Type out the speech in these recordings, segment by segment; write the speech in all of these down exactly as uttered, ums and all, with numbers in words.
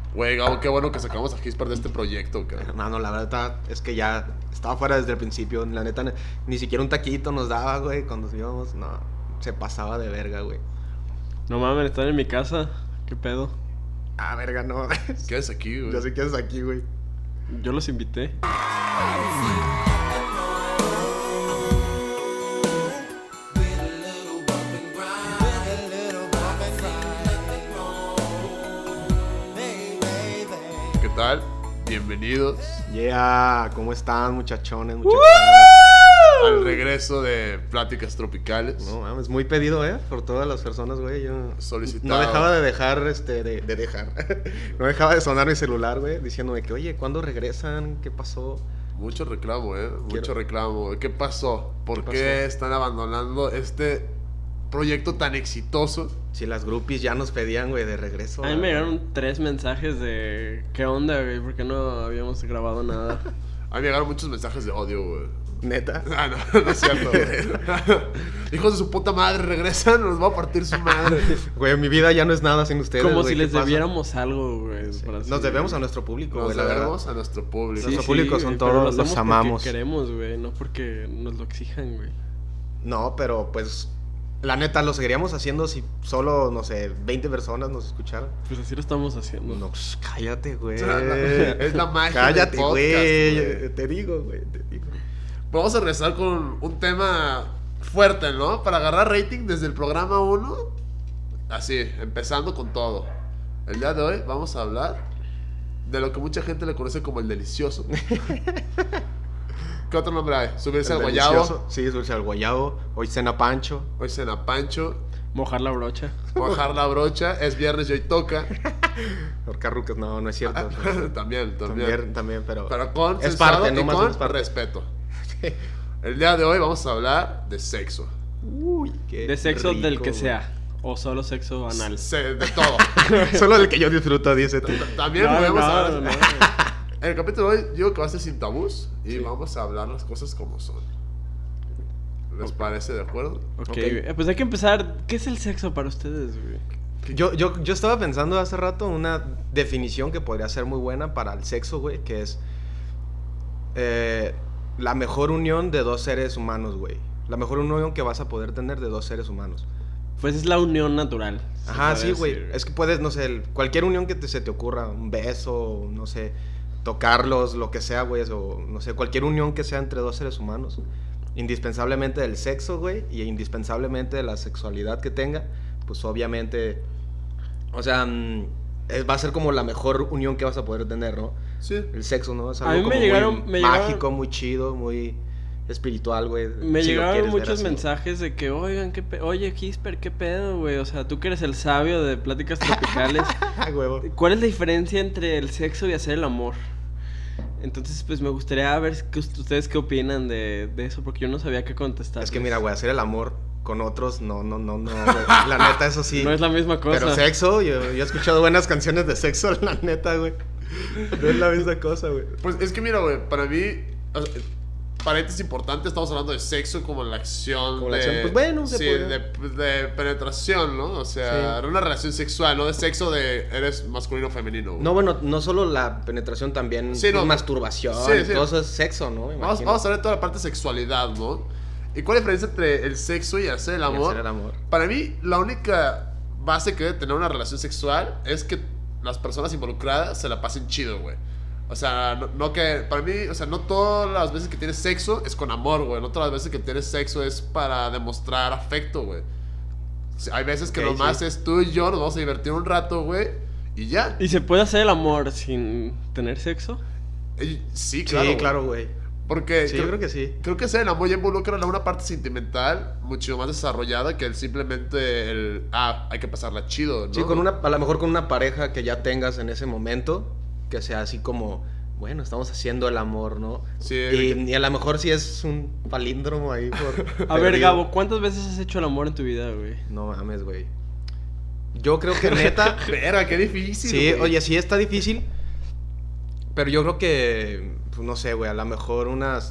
Güey, Gabo, qué bueno que sacamos a Gisper de este proyecto, cabrón. Mano, la verdad es que ya estaba fuera desde el principio. La neta, ni siquiera un taquito nos daba, güey, cuando íbamos. No, se pasaba de verga, güey. No mames, están en mi casa. ¿Qué pedo? Ah, verga, no. ¿Qué haces aquí, güey? Yo sé que haces aquí, güey. Yo los invité. ¿Qué tal? Bienvenidos Yeah, ¿cómo están, muchachones, muchachonas? al regreso de Pláticas Tropicales. No mames, muy pedido, ¿eh? Por todas las personas, güey. Yo Solicitado. no dejaba de dejar, este, de, de dejar. No dejaba de sonar mi celular, güey, diciéndome que, oye, ¿cuándo regresan? ¿Qué pasó? Mucho reclamo, ¿eh? Mucho Quiero... reclamo. ¿Qué pasó? ¿Por qué, ¿Qué qué pasó? están abandonando este proyecto tan exitoso? Si las groupies ya nos pedían, güey, de regreso. A mí me llegaron tres mensajes de... ¿Qué onda, güey? ¿Por qué no habíamos grabado nada? A mí me llegaron muchos mensajes de odio, güey. ¿Neta? Ah, no, no es cierto, güey. Hijos de su puta madre, regresan, nos va a partir su madre. Güey, mi vida ya no es nada sin ustedes, Como güey, si ¿qué les pasa? debiéramos algo, güey. Sí. para Nos así, debemos güey. a nuestro público, Nos güey, la verdad. debemos a nuestro público. Sí, Nuestro público son pero todos, lo los hacemos amamos. porque queremos, güey, no porque nos lo exijan, güey. No, pero pues, la neta, lo seguiríamos haciendo si solo, no sé, veinte personas nos escucharan. Pues así lo estamos haciendo. No, pues, cállate, güey. Es la magia del Cállate, podcast, güey. güey. Te digo, güey, te digo. Vamos a regresar con un tema fuerte, ¿no? Para agarrar rating desde el programa uno. Así, empezando con todo. El día de hoy vamos a hablar de lo que mucha gente le conoce como el delicioso. ¿Qué otro nombre hay? Subirse El al guayabo. delicioso. Sí, subirse al guayabo. Hoy cena Pancho. Hoy cena Pancho. Mojar la brocha. Bajar la brocha. Es viernes y hoy toca. Horcarrucas, no, no es cierto. también, también, También, también, pero... Pero con es sensado parte, no y más con es parte. respeto. El día de hoy vamos a hablar de sexo. Uy, qué De sexo rico, del que güey. sea. O solo sexo anal. Se- de todo. Solo del que yo disfruto, dice tú. También No, podemos no, hablar. no, no. En el capítulo de hoy digo que va a ser sin tabús y Sí. vamos a hablar las cosas como son. ¿Les parece de acuerdo? Ok, Ok. güey. Pues hay que empezar. ¿Qué es el sexo para ustedes, güey? Yo, yo, yo estaba pensando hace rato una definición que podría ser muy buena para el sexo, güey, que es eh, la mejor unión de dos seres humanos, güey. La mejor unión que vas a poder tener de dos seres humanos. Pues es la unión natural. se Ajá, puede sí, güey. decir. Es que puedes, no sé, el- cualquier unión que te, se te ocurra, un beso, no sé, tocarlos, lo que sea, güey, o no sé, cualquier unión que sea entre dos seres humanos. Indispensablemente del sexo, güey, y indispensablemente de la sexualidad que tenga, pues obviamente, o sea, mm, es- va a ser como la mejor unión que vas a poder tener, ¿no? Sí. El sexo, ¿no? Es A algo mí me como llegaron- muy me mágico, llegaron- muy chido, muy espiritual, güey. Me si lo llegaron quieres ver muchos así. mensajes de que, oigan, qué pe- oye, Gisper, ¿qué pedo, güey? O sea, tú que eres el sabio de Pláticas Tropicales. Ah, huevo. ¿Cuál es la diferencia entre el sexo y hacer el amor? Entonces, pues me gustaría ver que ust- ustedes qué opinan de, de eso, porque yo no sabía qué contestar. Es que mira, güey, hacer el amor con otros, no, no, no, no, güey. La neta, eso sí. No es la misma cosa. Pero sexo, yo, yo he escuchado buenas canciones de sexo, la neta, güey. No es la misma cosa, güey. Pues es que mira, güey, para mí, o sea, paréntesis importante, estamos hablando de sexo como la acción Como de... la acción, pues, bueno, se sí, podría. de, de penetración, ¿no? O sea, Sí. una relación sexual, no de sexo de eres masculino o femenino, güey. No, bueno, no solo la penetración, también Sí, no. masturbación, Sí, sí. todo eso es sexo, ¿no? Me Vamos, imagino. vamos a ver toda la parte de sexualidad, ¿no? ¿Y cuál es la diferencia entre el sexo y hacer el Y amor? hacer el amor. Para mí, la única base que debe tener una relación sexual es que las personas involucradas se la pasen chido, güey. O sea, no, no que... Para mí, o sea, no todas las veces que tienes sexo es con amor, güey. No todas las veces que tienes sexo es para demostrar afecto, güey. O sea, hay veces que Ok, nomás sí. es tú y yo, nos vamos a divertir un rato, güey. Y ya. ¿Y se puede hacer el amor sin tener sexo? Y- sí, claro. Sí, güey. claro, güey. Porque Sí, yo creo que sí. Creo que ser el amor ya involucra una parte sentimental mucho más desarrollada que el simplemente el... Ah, hay que pasarla chido, ¿no? Sí, con una, a lo mejor con una pareja que ya tengas en ese momento, que sea así como, bueno, estamos haciendo el amor, ¿no? Sí. Y, y a lo mejor sí es un palíndromo ahí por... A ver, perdido. Gabo, ¿cuántas veces has hecho el amor en tu vida, güey? No mames, güey. Yo creo que neta... Verga, qué difícil, Sí, güey. oye, sí está difícil. Pero yo creo que, pues no sé, güey, a lo mejor unas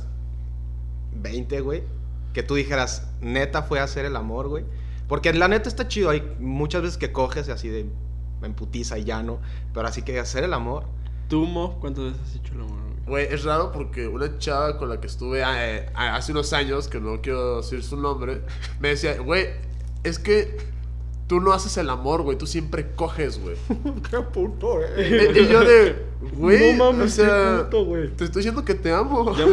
veinte, güey. Que tú dijeras, neta fue a hacer el amor, güey. Porque la neta está chido. Hay muchas veces que coges así de, en putiza y ya, ¿no? Pero así que hacer el amor... ¿Tú, Mo, cuántas veces has hecho el amor, güey? Güey, es raro porque una chava con la que estuve eh, hace unos años, que no quiero decir su nombre, me decía, güey, es que tú no haces el amor, güey, tú siempre coges, güey. ¡Qué puto, Y, y yo de, güey, No mames, o sea, qué puto, güey. te estoy diciendo que te amo. Güey,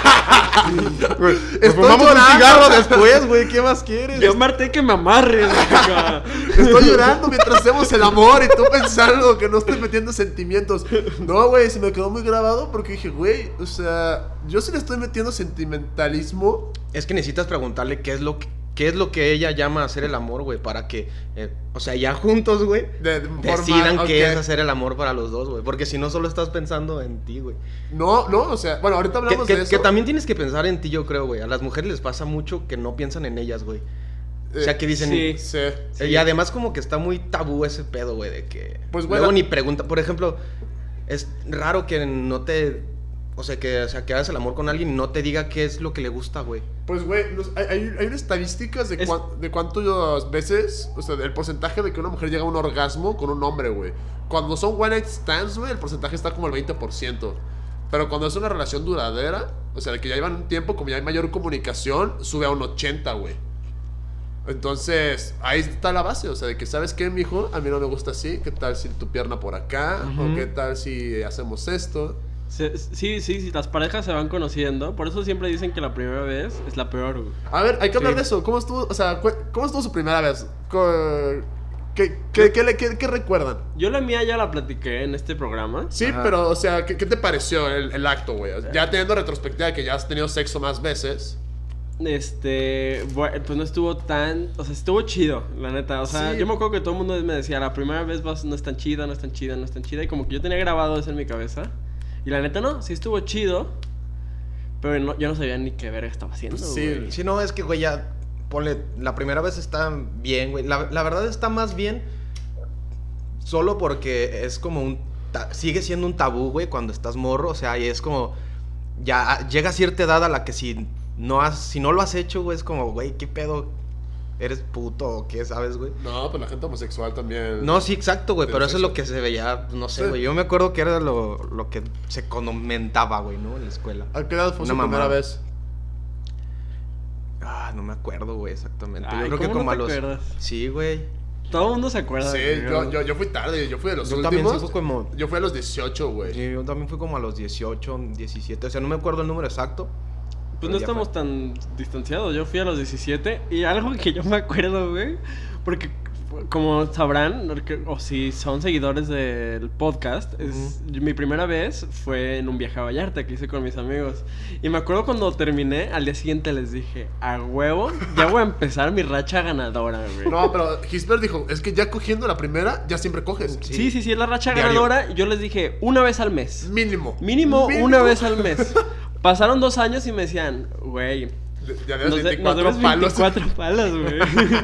pues Estoy fumamos un llorando. cigarro después, güey, ¿qué más quieres? Yo Marte que me amarres, güey. Estoy llorando mientras hacemos el amor y tú pensando que no estoy metiendo sentimientos. No, güey, se me quedó muy grabado porque dije, güey, o sea, yo sí le estoy metiendo sentimentalismo. Es que necesitas preguntarle qué es lo que, qué es lo que ella llama hacer el amor, güey, para que, eh, o sea, ya juntos, güey, De, de forma- decidan ok. qué es hacer el amor para los dos, güey. Porque si no, solo estás pensando en ti, güey. No, no, o sea, bueno, ahorita Que, hablamos que- de eso. que también tienes que pensar en ti, yo creo, güey. A las mujeres les pasa mucho que no piensan en ellas, güey. O sea, que dicen... Sí. Sí. Eh, Y además como que está muy tabú ese pedo, güey, de que... Pues, güey, luego la- ni pregunta. Por ejemplo, es raro que no te... O sea, que, o sea, que hagas el amor con alguien y no te diga qué es lo que le gusta, güey. Pues, güey, los- hay, hay, hay unas estadísticas de, Es- cuán- de cuántas veces, o sea, el porcentaje de que una mujer llega a un orgasmo con un hombre, güey. Cuando son one night stands, güey, el porcentaje está como el veinte por ciento. Pero cuando es una relación duradera, o sea, de que ya llevan un tiempo, como ya hay mayor comunicación, sube a un ochenta, güey. Entonces, ahí está la base, o sea, de que, ¿sabes qué, mijo? A mí no me gusta así. ¿Qué tal si tu pierna por acá? Ujú. ¿O qué tal si hacemos esto? Se- Sí, sí, sí, las parejas se van conociendo. Por eso siempre dicen que la primera vez es la peor, güey. A ver, hay que hablar Sí. de eso. ¿Cómo estuvo, o sea, cu- cómo estuvo su primera vez? Co- ¿Qué, qué, qué, le- qué- qué recuerdan? Yo la mía ya la platiqué en este programa. Sí, Ajá. pero, o sea, ¿qué, qué te pareció el, el acto, güey? Ya teniendo retrospectiva de que ya has tenido sexo más veces. Este, bueno, pues no estuvo tan, o sea, estuvo chido, la neta. O sea, Sí. yo me acuerdo que todo el mundo me decía, la primera vez vas, no es tan chida, no es tan chida, no es tan chida. Y como que yo tenía grabado eso en mi cabeza. Y la neta no, sí estuvo chido. Pero no, yo no sabía ni qué verga estaba haciendo, Pues sí. güey. Sí, no, es que, güey, ya... Ponle, la primera vez está bien, güey. La, la verdad está más bien solo porque es como un... ta- sigue siendo un tabú, güey, cuando estás morro. O sea, y es como... Ya llega a cierta edad a la que si no, has, si no lo has hecho, güey, es como, güey, ¿qué pedo? ¿Eres puto o qué, sabes, güey? No, pues la gente homosexual también. No, sí, exacto, güey, Del pero eso es sexo. lo que se veía, no sé, Sí. güey. Yo me acuerdo que era lo, lo que se comentaba, güey, ¿no? En la escuela. ¿A qué edad fue Una su primera mamada. vez? Ah, no me acuerdo, güey, exactamente. Ay, yo creo que ¿cómo no como a te los... acuerdas? Sí, güey. Todo el mundo se acuerda. Sí, güey. yo, yo, yo fui tarde, yo fui de los Yo también últimos. sí fue como... Yo fui a los dieciocho, güey. Sí, yo también fui como a los dieciocho, diecisiete. O sea, no me acuerdo el número exacto. Pues pero no ya estamos fue. tan distanciados. Yo fui a los diecisiete y algo que yo me acuerdo, güey. Porque como sabrán, porque- o si son seguidores del podcast, es, mi primera vez fue en un viaje a Vallarta que hice con mis amigos. Y me acuerdo cuando terminé, al día siguiente les dije, a huevo, ya voy a empezar mi racha ganadora, güey. No, pero Gisbert dijo, es que ya cogiendo la primera, ya siempre coges. Sí. Sí, sí, sí, es la racha Diario. ganadora. Y yo les dije, una vez al mes. Mínimo. Mínimo, una vez al mes. Pasaron dos años y me decían, güey, Ya debes nos, de- nos veinticuatro debes palos. veinticuatro palos, güey.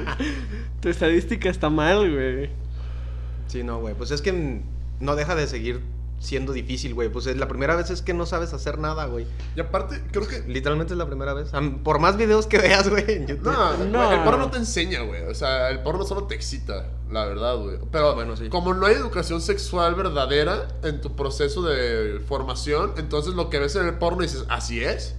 Tu estadística está mal, güey. Sí, no, güey. Pues es que mm, no deja de seguir siendo difícil, güey. Pues es la primera vez es que no sabes hacer nada, güey. Y aparte, creo que... Literalmente es la primera vez. Am- Por más videos que veas, güey, en YouTube. No, No. güey, el porno no te enseña, güey. O sea, el porno solo te excita, la verdad, güey. Pero Bueno, sí. como no hay educación sexual verdadera en tu proceso de formación, entonces lo que ves en el porno dices, así es.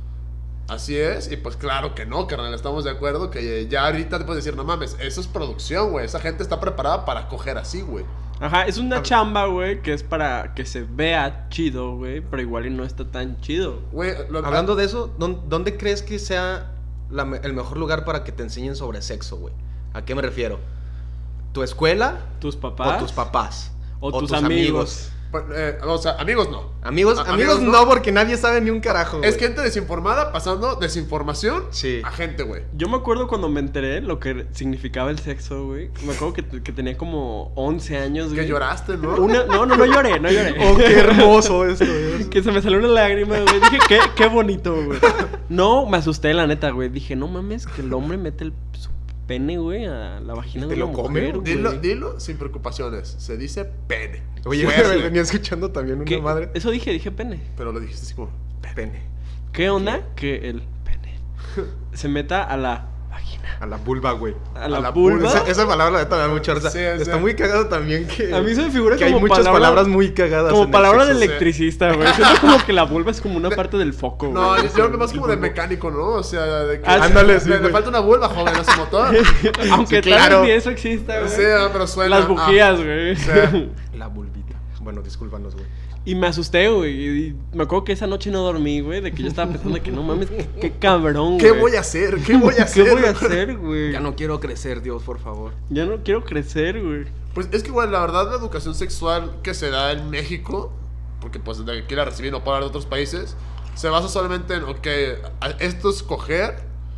Así es. Y pues claro que no, carnal. Estamos de acuerdo que ya ahorita te puedes decir, no mames, eso es producción, güey. Esa gente está preparada para coger así, güey. Ajá, es una chamba, güey, que es para que se vea chido, güey, pero igual y no está tan chido. Güey, lo- Hablando de eso, ¿dón- ¿dónde crees que sea la me- el mejor lugar para que te enseñen sobre sexo, güey? ¿A qué me refiero? ¿Tu escuela Tus papás o tus papás? o, tus, amigos. Pues, eh, o sea, amigos no. Amigos, A- amigos, no, porque nadie sabe ni un carajo, Es güey. gente desinformada pasando desinformación Sí. a gente, güey. Yo me acuerdo cuando me enteré lo que significaba el sexo, güey. Me acuerdo que, que tenía como once años, güey. Que lloraste, ¿no? Una, no, no, no lloré, no lloré. Oh, qué hermoso esto es. Que se me salió una lágrima, güey. Dije, qué, qué bonito, güey. No, me asusté, la neta, güey. Dije, no mames, que el hombre mete el, su pene, güey, a la vagina ¿Te de lo una come? mujer, güey. Dilo, dilo sin preocupaciones. Se dice pene. Oye, Fue así, güey, venía escuchando también una ¿Qué? madre. Eso dije, dije pene. pero lo dijiste así como... Pene. ¿Qué onda? Que el pene se meta a la vagina vagina. A la vulva, güey. A la, A la vulva. vulva. Esa, esa palabra la neta me da mucha risa. Sí, sí. Está muy cagado también que... A mí se me figura que como hay muchas palabra- palabras muy cagadas. Como en palabra el de sexo. electricista, güey. Siento como que la vulva es como una parte del foco, No, güey. yo creo que más como de mecánico, ¿no? O sea, de que... Ah, sí. Ándale, sí, le, le güey. falta una vulva, joven, a su motor. Aunque Sí, tal claro. vez ni eso exista, güey. Sí, ah, pero suena... Las bujías, güey. sí. La vulvita. Bueno, discúlpanos, güey. Y me asusté, güey. Y me acuerdo que esa noche no dormí, güey. De que yo estaba pensando que no mames, qué, qué cabrón, güey. ¿Qué voy a hacer? ¿Qué voy a hacer? ¿Qué voy a hacer, güey? Ya no quiero crecer, Dios, por favor. Ya no quiero crecer, güey. Pues es que, güey, la verdad, la educación sexual que se da en México, porque pues de aquí la recibí, no puedo hablar de otros países, se basa solamente en, ok, esto es coger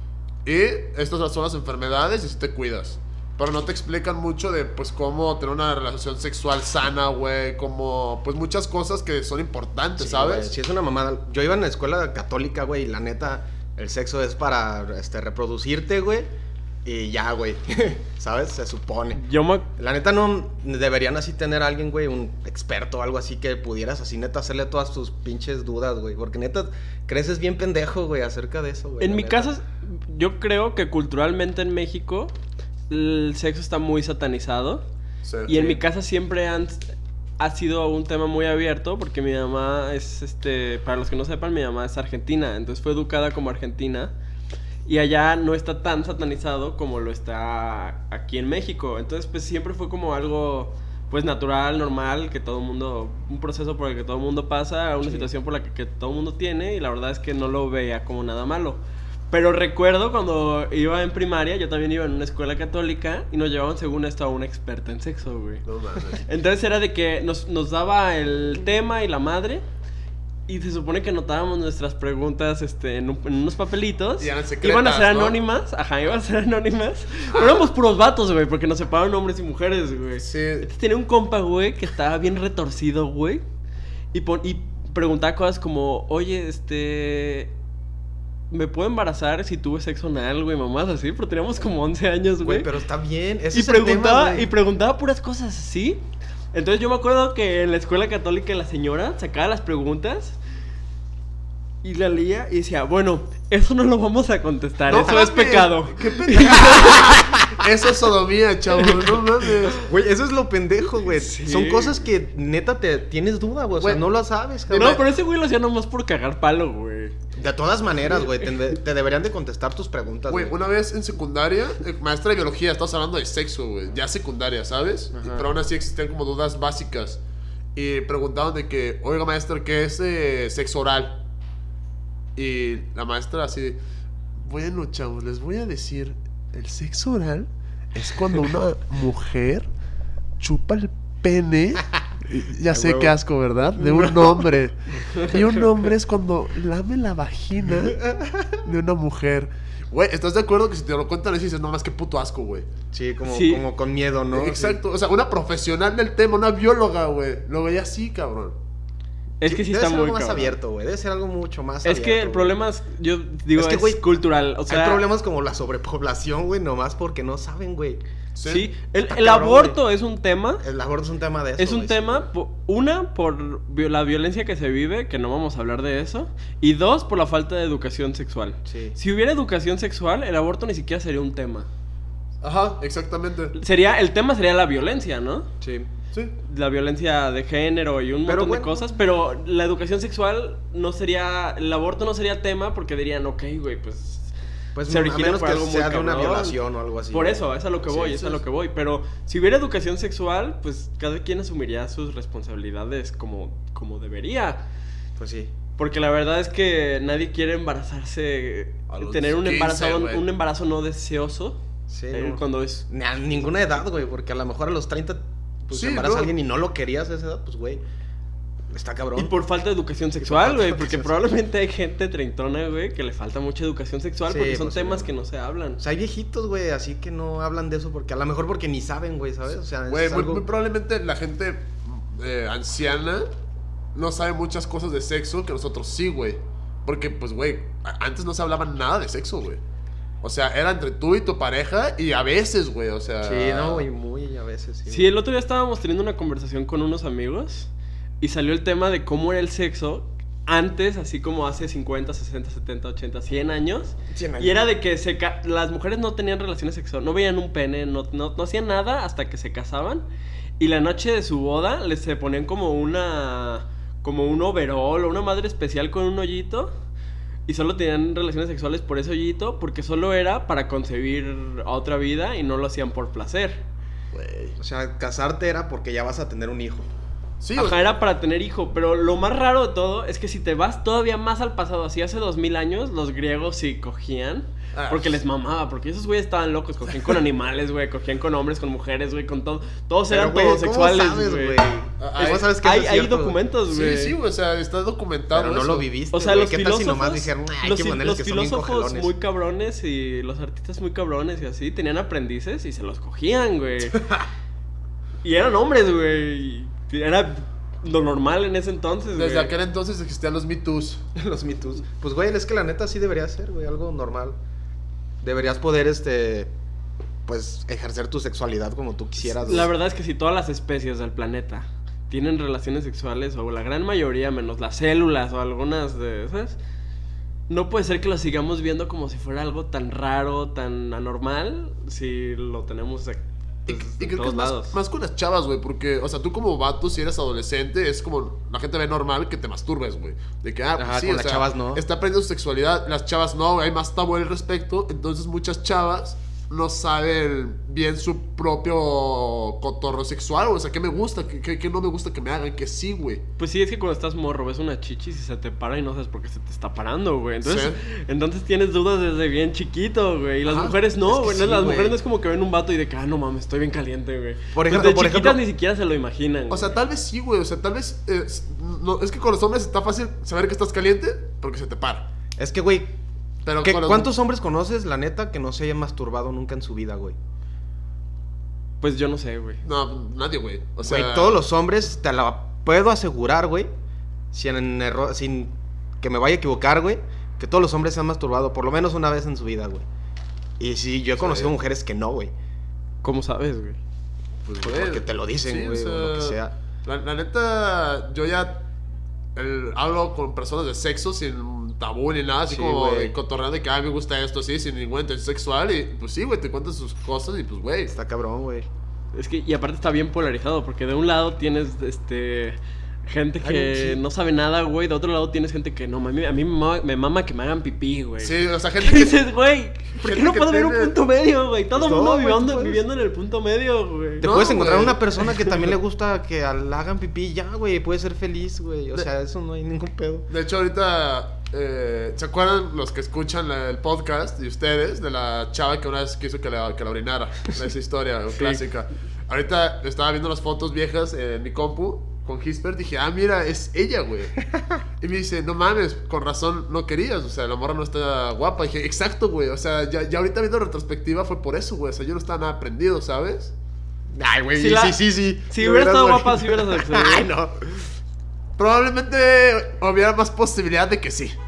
y estas son las enfermedades y si te cuidas. Pero no te explican mucho de, pues, cómo tener una relación sexual sana, güey. Como, pues, muchas cosas que son importantes, Sí, ¿sabes? güey, sí, es una mamada. Yo iba en la escuela católica, güey, y la neta, el sexo es para este, reproducirte, güey. Y ya, güey. ¿Sabes? Se supone. Yo me... La neta no deberían así tener a alguien, güey, un experto o algo así que pudieras así neta hacerle todas tus pinches dudas, güey. Porque neta creces bien pendejo, güey, acerca de eso, güey. En la mi neta. casa, yo creo que culturalmente en México el sexo está muy satanizado. Sí. Y en Sí. mi casa siempre han, ha sido un tema muy abierto porque mi mamá es, este, para los que no sepan, mi mamá es argentina, entonces fue educada como argentina y allá no está tan satanizado como lo está aquí en México. Entonces pues siempre fue como algo pues natural, normal, que todo el mundo, un proceso por el que todo el mundo pasa, una Sí. situación por la que, que todo el mundo tiene y la verdad es que no lo veía como nada malo. Pero recuerdo cuando iba en primaria, yo también iba en una escuela católica y nos llevaban según esto a una experta en sexo, güey. No mames. Entonces era de que nos, nos daba el tema y la madre y se supone que anotábamos nuestras preguntas este, en, un- en unos papelitos. Y eran secretas, Iban a ser ¿no? anónimas, ajá, iban a ser anónimas. Pero éramos puros vatos, güey, porque nos separaron hombres y mujeres, güey. Sí. Entonces tenía un compa, güey, que estaba bien retorcido, güey. Y, pon- y preguntaba cosas como, oye, este... ¿me puedo embarazar si tuve sexo anal, güey? Mamás así, pero teníamos como once años, güey. Güey, pero está bien. Ese Y es el tema, preguntaba, güey. y preguntaba puras cosas así. Entonces yo me acuerdo que en la escuela católica la señora sacaba las preguntas y la leía y decía, bueno, eso no lo vamos a contestar, No eso mames, es pecado. ¿Qué pendejo? Eso es sodomía, chavo. No mames. Güey, eso es lo pendejo, güey. Sí. Son cosas que neta te tienes duda, güey. O sea, Güey. no lo sabes, cabrón. No, pero ese güey lo hacía nomás por cagar palo, güey. De todas maneras, güey, te, te deberían de contestar tus preguntas, Güey, güey. una vez en secundaria, eh, maestra de biología, estamos hablando de sexo, güey. Ya secundaria, ¿sabes? Ajá. Pero aún así existían como dudas básicas. Y preguntaban de que, oiga, maestra, ¿qué es eh, sexo oral? Y la maestra así, bueno, chavos, les voy a decir, el sexo oral es cuando una mujer chupa el pene. y Ya A sé huevo. qué asco, ¿verdad? De un hombre. Y un hombre es cuando lame la vagina de una mujer. Güey, ¿estás de acuerdo que si te lo cuentan así dices, no más que puto asco, güey? Sí, como, Sí. como con miedo, ¿no? Exacto, o sea, una profesional del tema, una bióloga, güey. Lo veía así, cabrón. Es que sí Debe está ser muy algo más cabrón. abierto, güey. Debe ser algo mucho más Es abierto. que el güey. problema es, yo digo, Es es, que, güey, cultural. O sea, Hay problemas como la sobrepoblación, güey, nomás porque no saben, güey. Sí, el, Está el cabrón, aborto güey. es un tema. El aborto es un tema de eso. Es un güey, tema, sí. po- una, por vi- la violencia que se vive, que no vamos a hablar de eso. Y dos, por la falta de educación sexual. Sí. Si hubiera educación sexual, el aborto ni siquiera sería un tema. Ajá, exactamente. Sería, el tema sería la violencia, ¿no? Sí. Sí. La violencia de género y un Pero montón bueno. de cosas. Pero la educación sexual no sería, el aborto no sería tema porque dirían, ok, güey, pues... Pues se a origina menos por que algo muy sea de una cabrón. violación o algo así. Por güey. eso, es a lo que Sí, voy, es sí, a lo sí. que voy. Pero si hubiera educación sexual, pues cada quien asumiría sus responsabilidades como, como debería. Pues sí. Porque la verdad es que nadie quiere embarazarse, A los tener un quince, embarazo, güey. un embarazo no deseoso. Sí, eh, no. Cuando es... Ni a ninguna edad, güey, porque a lo mejor a los treinta pues Sí, se embaraza no. alguien y no lo querías a esa edad, pues güey, está cabrón. Y por falta de educación sexual, falta de güey. Porque educación probablemente hay gente treintona, güey, que le falta mucha educación sexual Sí, porque son temas posiblemente. que no se hablan. O sea, hay viejitos, güey, así que no hablan de eso porque a lo mejor porque ni saben, güey, ¿sabes? O sea, Güey, es muy, algo... muy probablemente la gente eh, anciana no sabe muchas cosas de sexo que nosotros sí, güey. Porque, pues, güey, a- antes no se hablaba nada de sexo, güey. O sea, era entre tú y tu pareja y a veces, güey, o sea... Sí, no, güey, muy a veces, sí. Sí, el otro día estábamos teniendo una conversación con unos amigos y salió el tema de cómo era el sexo antes, así como hace cincuenta, sesenta, setenta, ochenta, cien años. cien años. Y era de que se ca- las mujeres no tenían relaciones sexuales, no veían un pene, no, no, no hacían nada hasta que se casaban. Y la noche de su boda les se ponían como una... como un overol o una madre especial con un hoyito. Y solo tenían relaciones sexuales por ese hoyito, porque solo era para concebir a otra vida y no lo hacían por placer. Güey. O sea, casarte era porque ya vas a tener un hijo. Sí, Ajá, o sea, era para tener hijo, pero lo más raro de todo es que si te vas todavía más al pasado, así hace dos mil años, los griegos sí cogían, Ah. porque les mamaba, porque esos güeyes estaban locos, cogían con animales, güey, cogían con hombres, con mujeres, güey, con todo, todos eran Pero, güey, todos ¿cómo sexuales, sabes, güey. güey? Ah, ¿Cómo hay- sabes que Hay, eso es hay cierto? documentos, güey. sí, sí, güey, o sea, está documentado. Pero no eso. lo viviste, O sea, güey. los ¿Qué tal si filósofos, nomás dijeron, "Ay, hay los, que fi- ponerles los que son bien filósofos cogelones"? muy cabrones y los artistas muy cabrones y así, tenían aprendices y se los cogían, güey. Y eran hombres, güey. y Era lo normal en ese entonces, güey. Desde aquel entonces existían los Me Toos. Los Me Toos. Pues, güey, es que la neta sí debería ser, güey, algo normal. Deberías poder, este, pues, ejercer tu sexualidad como tú quisieras. La güey. verdad es que si todas las especies del planeta tienen relaciones sexuales, o la gran mayoría, menos las células o algunas de esas, no puede ser que lo sigamos viendo como si fuera algo tan raro, tan anormal, si lo tenemos de, Y, pues, y de creo que todos es más, lados. más con las chavas, güey, porque, o sea, tú como vato, si eres adolescente, es como, la gente ve normal que te masturbes, güey. De que, ah, pues Ajá, sí, con o las sea, chavas no. está aprendiendo su sexualidad, las chavas no, güey, hay más tabú al respecto, entonces muchas chavas no saben bien su propio cotorro sexual, güey, o sea, ¿qué me gusta? ¿Qué, qué, qué no me gusta que me hagan? Que sí, güey. Pues sí, es que cuando estás morro ves una chichis y se te para y no sabes por qué se te está parando, güey. Entonces, Sí. entonces tienes dudas desde bien chiquito, güey. Y las Ajá, mujeres es no, que güey. sí, las güey. mujeres no es como que ven un vato y de que, ah, no mames, estoy bien caliente, güey. Por Desde ejemplo- por chiquitas ejemplo- ni siquiera se lo imaginan. O sea, tal vez sí, güey, o sea, tal vez, eh, s- no, es que con los hombres está fácil saber que estás caliente porque se te para. Es que, güey, Pero ¿qué- con los- ¿cuántos hombres conoces, la neta, que no se hayan masturbado nunca en su vida, güey? Pues yo no sé, güey. No, nadie, güey. O sea, Güey, todos los hombres, te la puedo asegurar, güey, sin, error, sin que me vaya a equivocar, güey, que todos los hombres se han masturbado por lo menos una vez en su vida, güey. Y sí, yo he Sí. conocido mujeres que no, güey. ¿Cómo sabes, güey? pues, Pues güey, porque te lo dicen, sí, güey, o lo que sea. La, la neta, yo ya el- hablo con personas de sexo sin tabú ni nada, así Sí, como güey. cotorreando de que, ah, me gusta esto, así, sin ninguna intención sexual. Y pues sí, güey, te cuentan sus cosas y pues, güey. Está cabrón, güey. Es que, y aparte está bien polarizado, porque de un lado tienes, este... gente que Ay, sí. no sabe nada, güey. De otro lado tienes gente que no, a mí, a mí me, mama, me mama que me hagan pipí, güey. Sí, o sea, ¿Qué gente que. dices, güey? ¿Por qué gente no que puede haber un tiene- punto medio, güey? Todo el Pues no, mundo güey, viviendo, tú puedes. viviendo en el punto medio, güey. Te No, puedes encontrar güey. una persona que también le gusta que la hagan pipí ya, güey. Puede ser feliz, güey. O De- sea, eso no hay ningún pedo. De hecho, ahorita. eh, ¿Se acuerdan los que escuchan la- el podcast y ustedes de la chava que una vez quiso que la, que la orinara? Esa historia clásica. Ahorita estaba viendo las fotos viejas en mi compu con Gisbert. Dije, ah, mira, es ella, güey. Y me dice, no mames, con razón no querías. O sea, la morra no está guapa. dije, exacto, güey. O sea, ya, ya ahorita viendo retrospectiva fue por eso, güey. O sea, yo no estaba nada aprendido, ¿sabes? Ay, güey, Si sí, la- sí, sí, sí. Si Lo hubiera hubieras estado imaginado. guapa, si hubieras accedido. Ay, no. Probablemente hubiera más posibilidad de que sí.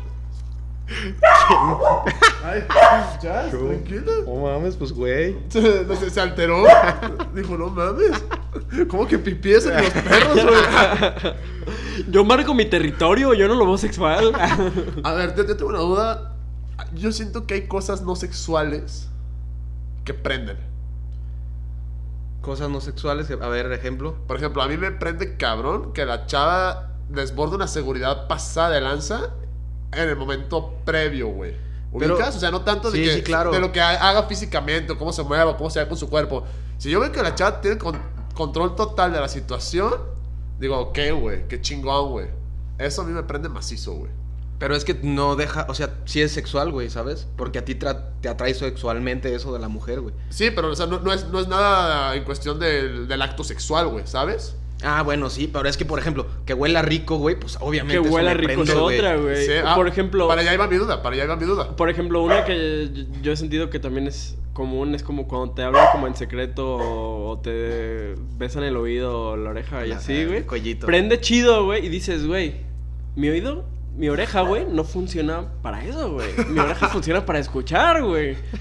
Ay, ya, tranquilo. No mames, pues, güey. Se, no sé, se alteró. Dijo, no mames. ¿Cómo que pipí es en los perros, güey? Yo marco mi territorio, yo no lo veo sexual. A ver, yo, yo tengo una duda. Yo siento que hay cosas no sexuales que prenden. Cosas no sexuales. A ver, ejemplo. Por ejemplo, a mí me prende cabrón que la chava desborde una seguridad pasada de lanza en el momento previo, güey. Pero- ¿Ubicas? O sea, no tanto de, Sí, que, sí, claro. de lo que ha- haga físicamente, o cómo se mueva, o cómo se ve con su cuerpo. Si yo veo que la chava tiene con- control total de la situación, digo, ok, güey, qué chingón, güey. Eso a mí me prende macizo, güey. Pero es que no deja, o sea, sí es sexual, güey, ¿sabes? Porque a ti tra- te atrae sexualmente eso de la mujer, güey. Sí, pero o sea, no, no es, no es nada en cuestión del, del acto sexual, güey, ¿sabes? Ah, bueno, sí, pero es que, por ejemplo, que huela rico, güey, pues obviamente Que eso huela me rico prende, es güey. otra, güey. Sí, ah, Por ejemplo, Para allá iba mi duda, para allá iba mi duda. por ejemplo, una que yo, yo he sentido que también es común, es como cuando te hablan como en secreto o, o te besan el oído o la oreja y La- así, el güey. cuellito. Prende chido, güey, y dices, güey, mi oído, mi oreja, güey, no funciona para eso, güey. Mi oreja funciona para escuchar, güey.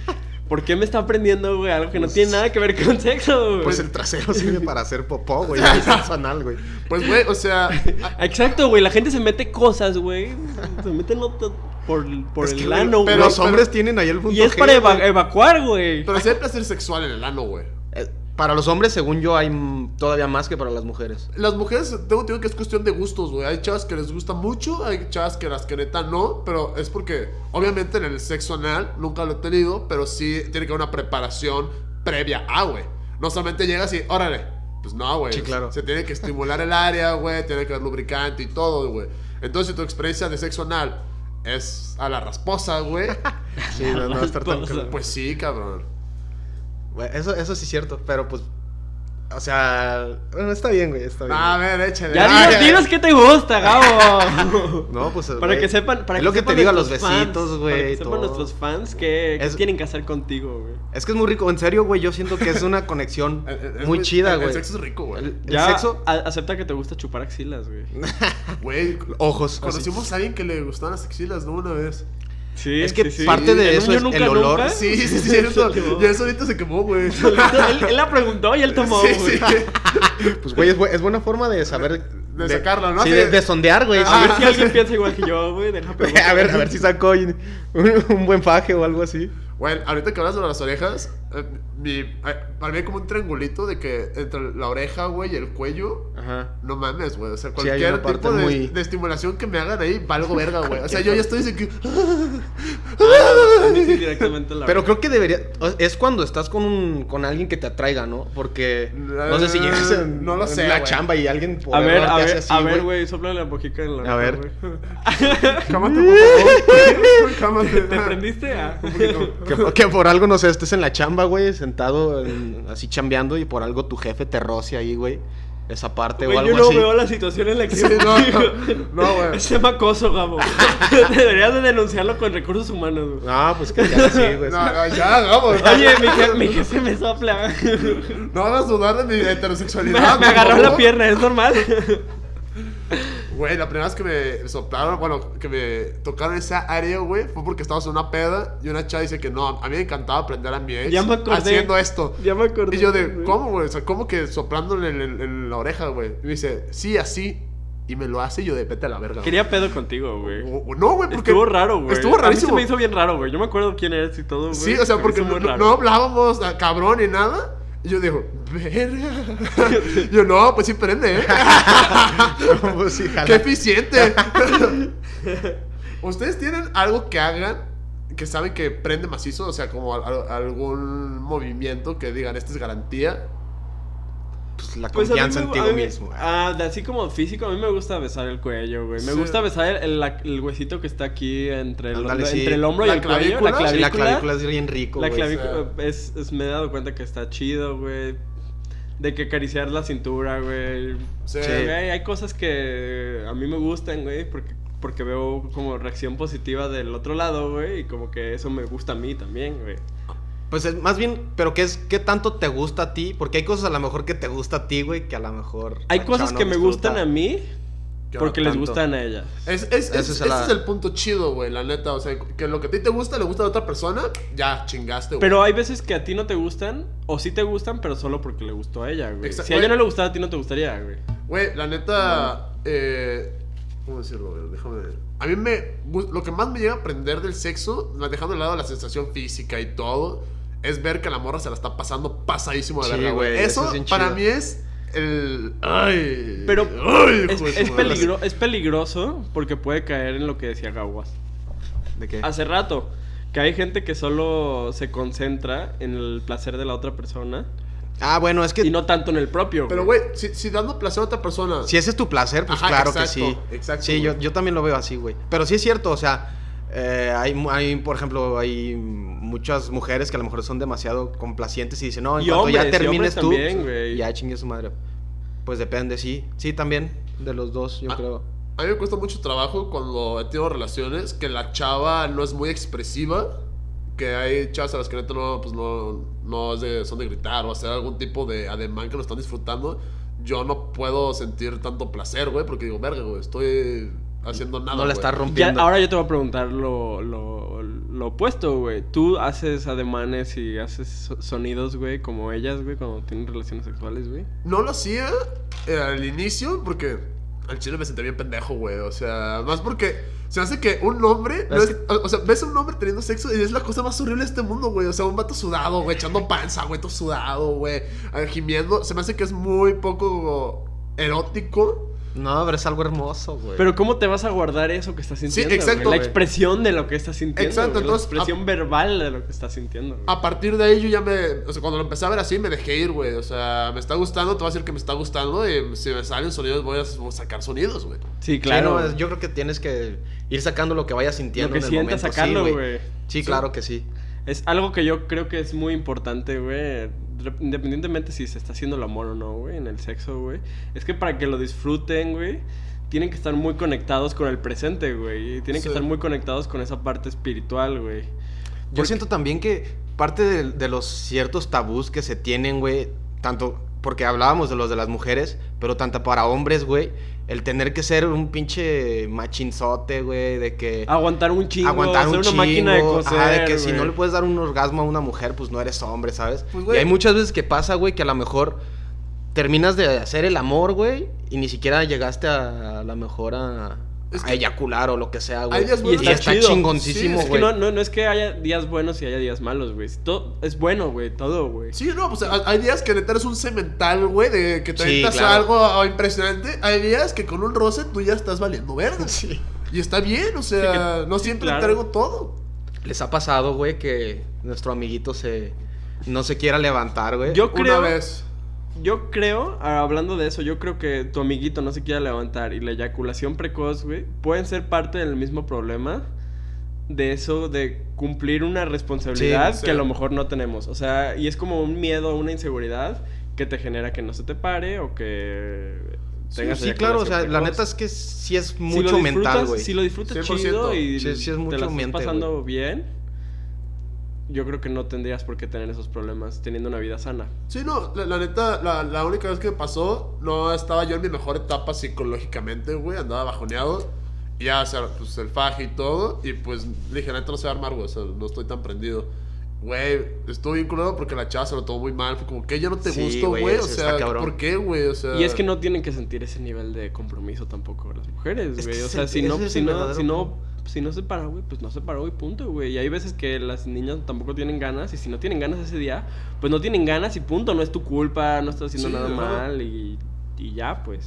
¿Por qué me está aprendiendo, güey? Algo que no tiene nada que ver con sexo, güey. Pues el trasero sirve para hacer popó, güey. El sexo anal, güey. Pues, güey, o sea... Exacto, güey. La gente se mete cosas, güey. Se meten otro- por, por Es que, el güey, ano, güey. pero- Los hombres tienen ahí el punto Y es G, para eva- güey. evacuar, güey. Pero sí hay placer sexual en el ano, güey. Eh, Para los hombres, según yo, hay mm, todavía más que para las mujeres. Las mujeres, tengo, tengo que es cuestión de gustos, güey. Hay chavas que les gusta mucho, hay chavas que las que neta no, pero es porque, obviamente, en el sexo anal nunca lo he tenido, pero sí tiene que haber una preparación previa a, güey. No solamente llegas y, órale. Pues no, güey. Sí, claro. Se tiene que estimular el área, güey, tiene que haber lubricante y todo, güey. Entonces, si tu experiencia de sexo anal es a la rasposa, güey, Sí, no, no va a estar tan Rasposa. cabrón. pues sí, cabrón. Güey, Eso, eso sí es cierto, pero pues... O sea... Bueno, está bien, güey, está bien. A ver, échale. Ya Ah, dinos, ya. dinos qué te gusta, Gabo. No, pues... Para güey, que sepan, para es lo que sepan te digo a los nuestros fans, besitos, Para que güey, sepan todo. nuestros fans que, que Es- tienen que hacer contigo, güey. Es que es muy rico, en serio, güey, yo siento que es una conexión Es- es muy chida, el- güey. El sexo es rico, güey. El, el Ya sexo... a- acepta que te gusta chupar axilas, güey. Güey, Ojos. así. conocimos a alguien que le gustaban las axilas, ¿no? Una vez. Sí, Es que sí, sí. parte de En un eso yo es nunca, el olor. nunca. Sí, sí, sí, cierto. Se quemó. Ya eso ahorita se quemó, güey. Sí, él, él la preguntó y él tomó, güey. sí. Pues, güey, es, bu- es buena forma de saber... De sacarla, ¿no? Sí, Sí. de, de sondear, güey. A ver Ah. si alguien piensa igual que yo, güey. Deja preguntar. a ver, a ver si sacó un, un buen faje o algo así. Güey, ahorita que hablas de las orejas, eh, mi, eh, para mí hay como un triangulito de que entre la oreja, güey, y el cuello, Ajá. no mames, güey. O sea, hay cualquier una parte tipo de, muy- de estimulación que me hagan ahí, valgo verga, güey. O sea, yo ya estoy diciendo que... Ah, a mí sí, directamente en la Pero creo que debería... o- Es cuando estás con un, con alguien que te atraiga, ¿no? Porque... No sé si llegas en, No lo en sé, la güey. chamba y alguien... por A ver, error a te hace ver, así, a ver, güey, sóplale la bojica en la A oreja, ver. güey. Cámate, por favor. Cámate. ¿Te prendiste? Ah. Que, que por algo, no sé, estés en la chamba, güey, sentado en- así chambeando y por algo tu jefe te roce ahí, güey. Esa parte Güey, o algo yo no así. veo la situación en la que... Sí, no, no, güey. Es tema acoso, Gabo. Deberías de denunciarlo con recursos humanos, güey. No, pues que ya sí, güey. No, no, ya, vamos. Oye, mi jefe, mi jefe me sopla. No hagas dudar de mi Me, heterosexualidad. me por agarró la favor. pierna, ¿es normal? Güey, la primera vez que me soplaron, bueno, que me tocaron esa área, güey, fue porque estábamos en una peda y una chava dice que no, a mí me encantaba aprender a mi ex Ya me acordé. haciendo esto. Ya me acordé. Y yo de, ¿cómo, güey? O sea, ¿cómo que soplándole en, en- en la oreja, güey? Y me dice, sí, así. Y me lo hace y yo de, vete a la verga. güey. Quería pedo contigo, güey. O- o- No, güey, porque... Estuvo raro, güey. Estuvo A mí rarísimo. se me hizo bien raro, güey. Yo me acuerdo quién eres y todo, güey. Sí, o sea, Se me porque hizo no, muy raro. no hablábamos ah, cabrón ni nada. Y yo digo, verga. Yo, no, pues sí prende, ¿eh? No, pues sí, jala. ¡Qué eficiente! ¿Ustedes tienen algo que hagan que saben que prende macizo? O sea, como al- al- algún movimiento que digan, esta es garantía. Pues la Pues a mí confianza me- en ti a mí- mismo, güey. Ah, de así como físico, a mí me gusta besar el cuello, güey. Me Sí. gusta besar el, el- la- el huesito que está aquí entre el, Ándale, sí. entre el hombro La y el cuello. clavícula. La Sí, Sí, clavícula. la clavícula es bien rico, La güey. clavícula o sea. es, es- me he dado cuenta que está chido, güey. De que acariciar la cintura, güey. Sí. Güey, hay cosas que a mí me gustan, güey, porque, porque veo como reacción positiva del otro lado, güey. Y como que eso me gusta a mí también, güey. Pues es más bien, pero ¿qué es qué tanto te gusta a ti? Porque hay cosas a lo mejor que te gusta a ti, güey, que a lo mejor... Hay la cosas chava no que me disfruta. gustan a mí Que porque no les tanto. gustan a ellas. Es, es, es- Ese es ese la- es el punto chido, güey, la neta. O sea, que lo que a ti te gusta le gusta a otra persona, ya chingaste, güey. Pero hay veces que a ti no te gustan, o sí te gustan, pero solo porque le gustó a ella, güey. Exacto. Si a ella Güey. no le gustaba, a ti no te gustaría, güey. Güey, la neta, eh, ¿cómo decirlo, güey? Déjame ver. A mí me, gu- lo que más me llega a aprender del sexo, dejando de lado la sensación física y todo, es ver que la morra se la está pasando pasadísimo de Sí, verga, güey. güey, eso Eso, es bien para chido. mí es el... Ay. Pero Ay, es, hijo de su es, madre. peligro, es peligroso porque puede caer en lo que decía Gaguas ¿De qué? hace rato. Que hay gente que solo se concentra en el placer de la otra persona Ah, bueno, es que... y no tanto en el propio. Pero, güey, si, si dando placer a otra persona... Si ese es tu placer, pues Ajá, claro exacto, que sí. exacto, Sí, güey. yo, yo también lo veo así, güey. Pero sí es cierto, o sea, eh, hay, mu- hay, por ejemplo, hay muchas mujeres que a lo mejor son demasiado complacientes y dicen, no, en Y cuanto hombres, ya y termines hombres tú, también, güey. ya chingue su madre. Pues depende, sí. Sí, también, de los dos, yo Ah, creo. A mí me cuesta mucho trabajo cuando he tenido relaciones que la chava no es muy expresiva. Que hay chavas a las que neta no, pues no, no es de, son de gritar o hacer algún tipo de ademán que lo están disfrutando. Yo no puedo sentir tanto placer, güey, porque digo, verga, güey, estoy haciendo nada. No la güey. estás Ya, rompiendo. ahora yo te voy a preguntar lo, lo, lo opuesto, güey. Tú haces ademanes y haces so- sonidos, güey, como ellas, güey, cuando tienen relaciones sexuales, güey. No lo hacía eh, al inicio porque al chile me senté bien pendejo, güey. O sea, más porque se hace que un hombre, no es, o sea, ves a un hombre teniendo sexo y es la cosa más horrible de este mundo, güey. O sea, un vato sudado, güey, echando panza, güey, todo sudado, güey, eh, gimiendo. Se me hace que es muy poco erótico. No, pero es algo hermoso, güey. Pero ¿cómo te vas a guardar eso que estás sintiendo? Sí, exacto, güey? La güey. expresión de lo que estás sintiendo. Exacto, güey, entonces, la expresión a- verbal de lo que estás sintiendo, güey. A partir de ahí yo ya me... O sea, cuando lo empecé a ver así me dejé ir, güey. O sea, me está gustando, te voy a decir que me está gustando. Y si me salen sonidos voy a sacar sonidos, güey. Sí, claro. Sí, no, yo creo que tienes que ir sacando lo que vayas sintiendo Lo que en el sientas, momento. sacarlo, Sí, güey. Sí, Sí. claro que sí. Es algo que yo creo que es muy importante, güey. Re- Independientemente si se está haciendo el amor o no, güey, en el sexo, güey. Es que para que lo disfruten, güey, tienen que estar muy conectados con el presente, güey. Y tienen Sí. que estar muy conectados con esa parte espiritual, güey. Yo Porque- siento también que parte de, de los ciertos tabús que se tienen, güey, tanto porque hablábamos de los de las mujeres, pero tanto para hombres, güey, el tener que ser un pinche machinzote, güey, de que Aguantar un chingo, aguantar ser un una chingo, máquina de coser, ajá, de que si güey. no le puedes dar un orgasmo a una mujer, pues no eres hombre, ¿sabes? Pues, y güey. hay muchas veces que pasa, güey, que a lo mejor terminas de hacer el amor, güey, y ni siquiera llegaste a, a lo mejor a, Es a que- eyacular o lo que sea, güey. Hay días Y buenos, está, está chido. chingoncísimo, Sí, Es güey. que no, no, no es que haya días buenos y haya días malos, güey. Todo es bueno, güey, todo, güey. Sí, no, pues hay días que neta eres un cemental, güey, de que te Sí, aventas claro. algo impresionante. Hay días que con un roce tú ya estás valiendo verga. Sí. Y está bien, o sea, Sí, que- no sí, siempre claro. entrego todo. ¿Les ha pasado, güey, que nuestro amiguito se no se quiera levantar, güey? Yo creo, Una vez. yo creo, ah, hablando de eso, yo creo que tu amiguito no se quiera levantar y la eyaculación precoz, güey, pueden ser parte del mismo problema de eso de cumplir una responsabilidad Sí, sí. que a lo mejor no tenemos. O sea, y es como un miedo, una inseguridad que te genera que no se te pare o que Sí, tengas sí, claro, o sea, eyaculación la precoz. neta es que sí es Si lo mucho mental, disfrutas- güey. Si lo disfrutas cien por chido ciento. y Sí, sí es mucho te la estás mente, pasando bien, yo creo que no tendrías por qué tener esos problemas teniendo una vida sana. Sí, no, la, la neta, la, la única vez que me pasó, no estaba yo en mi mejor etapa psicológicamente, güey, andaba bajoneado. Y ya, o sea, pues el faje y todo. Y pues le dije, neta, no se va a armar, güey, o sea, no estoy tan prendido. Güey, estuve bien culero porque la chava se lo tomó muy mal. Fue como que ya no te Sí, gustó, güey, güey. O eso está sea, cabrón. ¿por qué, güey? O sea. Y es que no tienen que sentir ese nivel de compromiso tampoco las mujeres, Es güey. que O ese- sea, si ese no, es si el no, verdadero si no, si no se para, güey, pues no se paró y punto, güey. Y hay veces que las niñas tampoco tienen ganas y si no tienen ganas ese día, pues no tienen ganas y punto. No es tu culpa, no estás haciendo Sí, nada ajá. mal y, y ya, pues.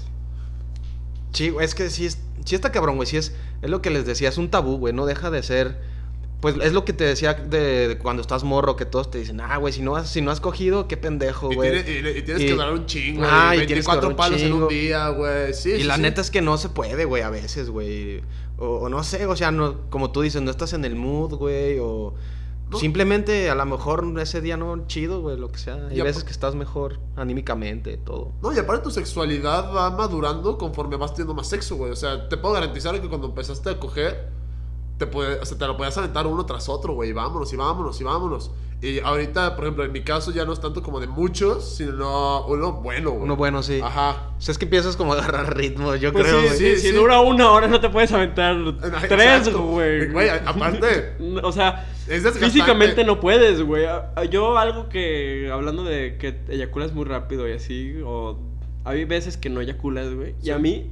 Sí, güey, es que sí, es, sí está cabrón, güey. Sí es, es lo que les decía, es un tabú, güey. No deja de ser. Pues es lo que te decía de, de cuando estás morro, que todos te dicen, ah, güey, si no has, si no has cogido, qué pendejo, Y, güey. tiene- y- y tienes Y- que dar un chingo, Ah, güey. y tienes que dar veinticuatro un palos en chingo. un día, güey. Sí, Y sí, la sí. neta es que no se puede, güey, a veces, güey. O, o no sé, o sea, no, como tú dices, no estás en el mood, güey, o No. simplemente a lo mejor ese día no chido, güey, lo que sea. Hay Y a- veces que estás mejor anímicamente, todo. No, y aparte tu sexualidad va madurando conforme vas teniendo más sexo, güey. O sea, te puedo garantizar que cuando empezaste a coger, te, puede, o sea, te lo podías aventar uno tras otro, güey. Y vámonos, y vámonos, y vámonos. Y ahorita, por ejemplo, en mi caso ya no es tanto como de muchos, sino uno bueno, güey. Uno bueno, sí. Ajá. O sea, es que empiezas como a agarrar ritmo, yo Pues creo, sí, güey. sí, sí, si sí. dura una hora no te puedes aventar Ajá, tres, exacto. güey. Güey, a- aparte, O sea, es desgastante. físicamente no puedes, güey. A- Yo algo que, hablando de que eyaculas muy rápido y así, o hay veces que no eyaculas, güey. Y Sí. a mí,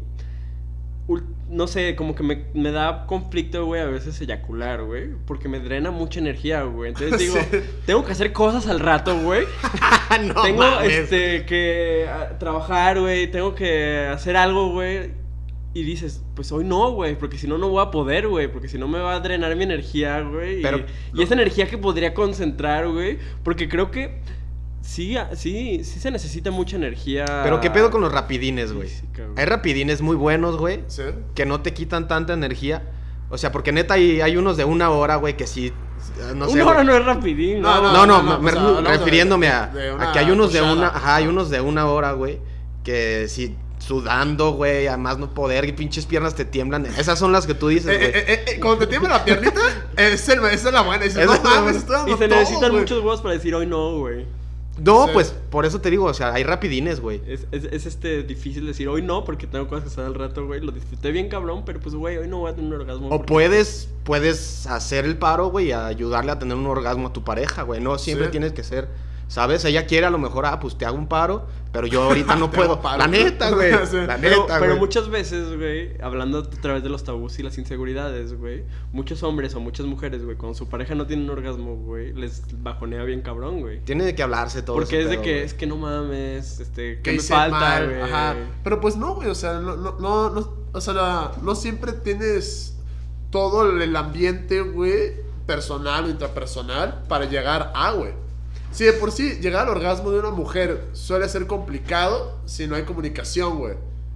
ul- no sé, como que me, me da conflicto, güey, a veces eyacular, güey. Porque me drena mucha energía, güey. Entonces digo, Sí. tengo que hacer cosas al rato, güey. no tengo mames. este que ah, trabajar, güey. Tengo que hacer algo, güey. Y dices, pues hoy no, güey, porque si no, no voy a poder, güey, porque si no me va a drenar mi energía, güey. Y, Pero, y no. esa energía que podría concentrar, güey, porque creo que sí, ah, sí, sí se necesita mucha energía. Pero qué pedo con los rapidines, güey. física, güey. Hay rapidines muy buenos, güey, Sí. que no te quitan tanta energía. O sea, porque neta hay, hay unos de una hora, güey, que sí, eh, no sé, Una hora güey. no es rapidín, No, ¿no? No, no, no, no, me- pues, me- hablamos de- refiriéndome a, de a una que hay unos de pushada. una, ajá, hay unos de una hora, güey, que sí, sudando, güey, además no poder, y pinches piernas te tiemblan. Esas son las que tú dices, Eh, güey. eh, eh, eh, cuando te tiembla la piernita, es el- esa es la buena. Dices, Esa no es la mames, buena. estoy dando Y se todo, necesitan güey. muchos huevos para decir hoy no, güey. No, Sí. pues por eso te digo, o sea, hay rapidines, güey. Es, es, es este difícil decir hoy no, porque tengo cosas que hacer al rato, güey. Lo disfruté bien cabrón, pero pues, güey, hoy no voy a tener un orgasmo. O porque- puedes, puedes hacer el paro, güey, y ayudarle a tener un orgasmo a tu pareja, güey. No siempre Sí. tienes que ser, ¿sabes? Ella quiere a lo mejor, ah, pues te hago un paro, pero yo ahorita no Te hago puedo. paro. La neta, güey. Sí. La Pero, neta, pero güey. muchas veces, güey, hablando a través de los tabús y las inseguridades, güey, muchos hombres o muchas mujeres, güey, cuando su pareja no tiene un orgasmo, güey, les bajonea bien cabrón, güey. Tiene de que hablarse todo Porque ese es de pedo, que, güey. es que no mames, este, Que que me hice falta, mal, güey. ajá. Pero pues no, güey, o sea, no, no, no, no, o sea, la- no siempre tienes todo el ambiente, güey, personal o intrapersonal para llegar a, güey. Si de por sí llegar al orgasmo de una mujer suele ser complicado si no hay comunicación, güey.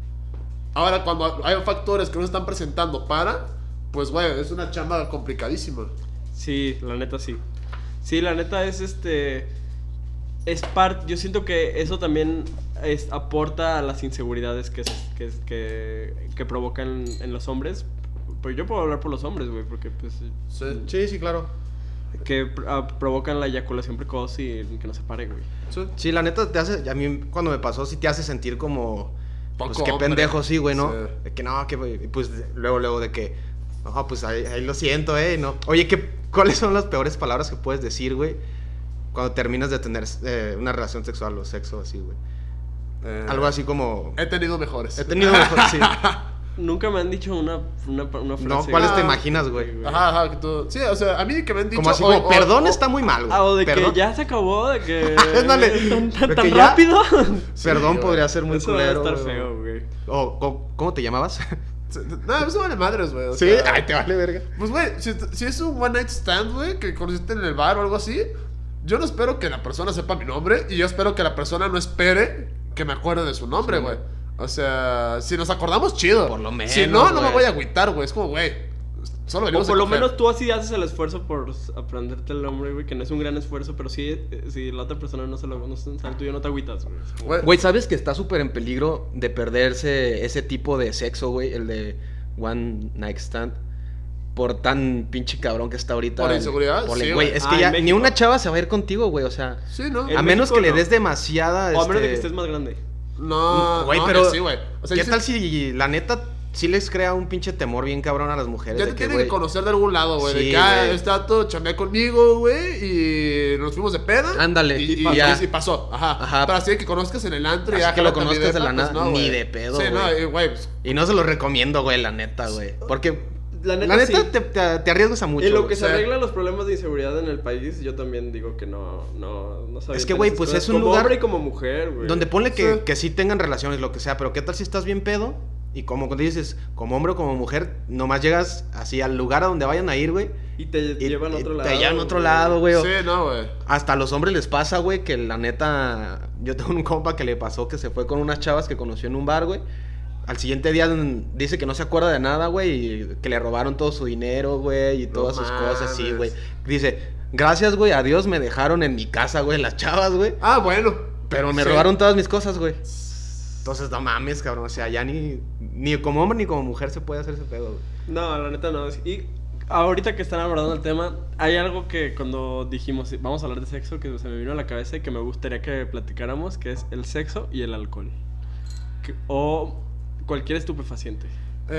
Ahora, cuando hay factores que no se están presentando para, pues, güey, es una chamba complicadísima. Sí, la neta sí. Sí, la neta es este. Es parte. Yo siento que eso también es, aporta a las inseguridades que, se- que, que, que provocan en los hombres. Pues yo puedo hablar por los hombres, güey, porque pues. Sí. Sí, sí, claro. Que ah, provocan la eyaculación precoz y que no se pare, güey. Sí. Sí, la neta te hace, a mí cuando me pasó sí te hace sentir como, pues Poco qué hombre. pendejo, sí, güey, ¿no? Sí. De que no, que, güey, pues luego, luego de que, no, pues ahí, ahí lo siento, eh, no. Oye, ¿qué, ¿cuáles son las peores palabras que puedes decir, güey, cuando terminas de tener eh, una relación sexual o sexo así, güey? Eh, Algo así como, He tenido mejores. he tenido mejor, sí. Nunca me han dicho una, una, una frase. No, ¿cuáles te Ah, imaginas, güey? Ajá, ajá, que tú... Sí, o sea, a mí que me han dicho... Como así, o- como, o- perdón o- está muy mal, güey. Ah, o de Perdón, que ya se acabó, de que. Ándale, tan tan, de tan que ya- rápido. Perdón Sí, podría güey. ser muy Eso debe culero. estar güey. feo, güey. O, o, ¿cómo te llamabas? No, eso vale madres, güey. o Sí, sea, ay, te vale verga. Pues, güey, si, si es un one night stand, güey, que conociste en el bar o algo así, yo no espero que la persona sepa mi nombre y yo espero que la persona no espere que me acuerde de su nombre, Sí. güey. O sea, si nos acordamos, chido. Por lo menos, Si no, no me güey. voy a agüitar, güey. Es como, güey, solo O venimos por a lo coger. menos tú así haces el esfuerzo por aprenderte el nombre, güey, que no es un gran esfuerzo, pero sí, eh, si la otra persona no se lo conoce, tú ya no te agüitas, güey. Es como- Güey, Güey, ¿sabes que está súper en peligro de perderse ese tipo de sexo, güey? El de One Night Stand. Por tan pinche cabrón que está ahorita. ¿Por el- inseguridad? por Sí, el- güey. güey, es Ah, que en ya ni México. una chava se va a ir contigo, güey, o sea. Sí, ¿no? En a menos México que le no. des demasiada. O a menos de que este, estés más grande. No, Güey, no, pero. que sí, güey. O sea, ¿Qué yo tal sí- si la neta sí les crea un pinche temor bien cabrón a las mujeres? Ya de te que, tienen güey, que conocer de algún lado, güey. Sí, de que, ah, güey. este dato chambea conmigo, güey. Y nos fuimos de peda. Ándale, Y, y y, pasó. ya. y pasó. Ajá. Ajá. Pero así de que conozcas en el antro y Así ya que lo jálate mi conozcas de la depa, nada, pues no, ni güey. de pedo, Sí, no, güey. y, güey. Pues, Y no se lo recomiendo, güey, la neta, güey. Porque. La La neta, neta, sí. te, te, te arriesgas a mucho. En lo güey. que se Sí. arreglan los problemas de inseguridad en el país, yo también digo que no, no, no se Es que, avienten güey, esas pues, cosas es un como lugar hombre y como mujer, güey. Donde ponle que, Sí. que sí tengan relaciones, lo que sea, pero ¿qué tal si estás bien pedo? Y como cuando dices, como hombre o como mujer, nomás llegas así al lugar a donde vayan a ir, güey. Y te Y, llevan a y otro te lado. llevan a otro lado, güey. o- sí, no, güey. Hasta a los hombres les pasa, güey, que la neta... Yo tengo un compa que le pasó que se fue con unas chavas que conoció en un bar, güey. Al siguiente día mm, dice que no se acuerda de nada, güey, y que le robaron todo su dinero, güey, y No todas sus cosas, sí, mames. güey. Dice, gracias, güey, a Dios me dejaron en mi casa, güey, las chavas, güey. Ah, bueno. Pero me Sí. robaron todas mis cosas, güey. Entonces, no mames, cabrón. O sea, ya ni, ni como hombre ni como mujer se puede hacer ese pedo, güey. No, la neta no. Y ahorita que están abordando el tema, hay algo que cuando dijimos, vamos a hablar de sexo, que se me vino a la cabeza y que me gustaría que platicáramos, que es el sexo y el alcohol. Que- o cualquier estupefaciente.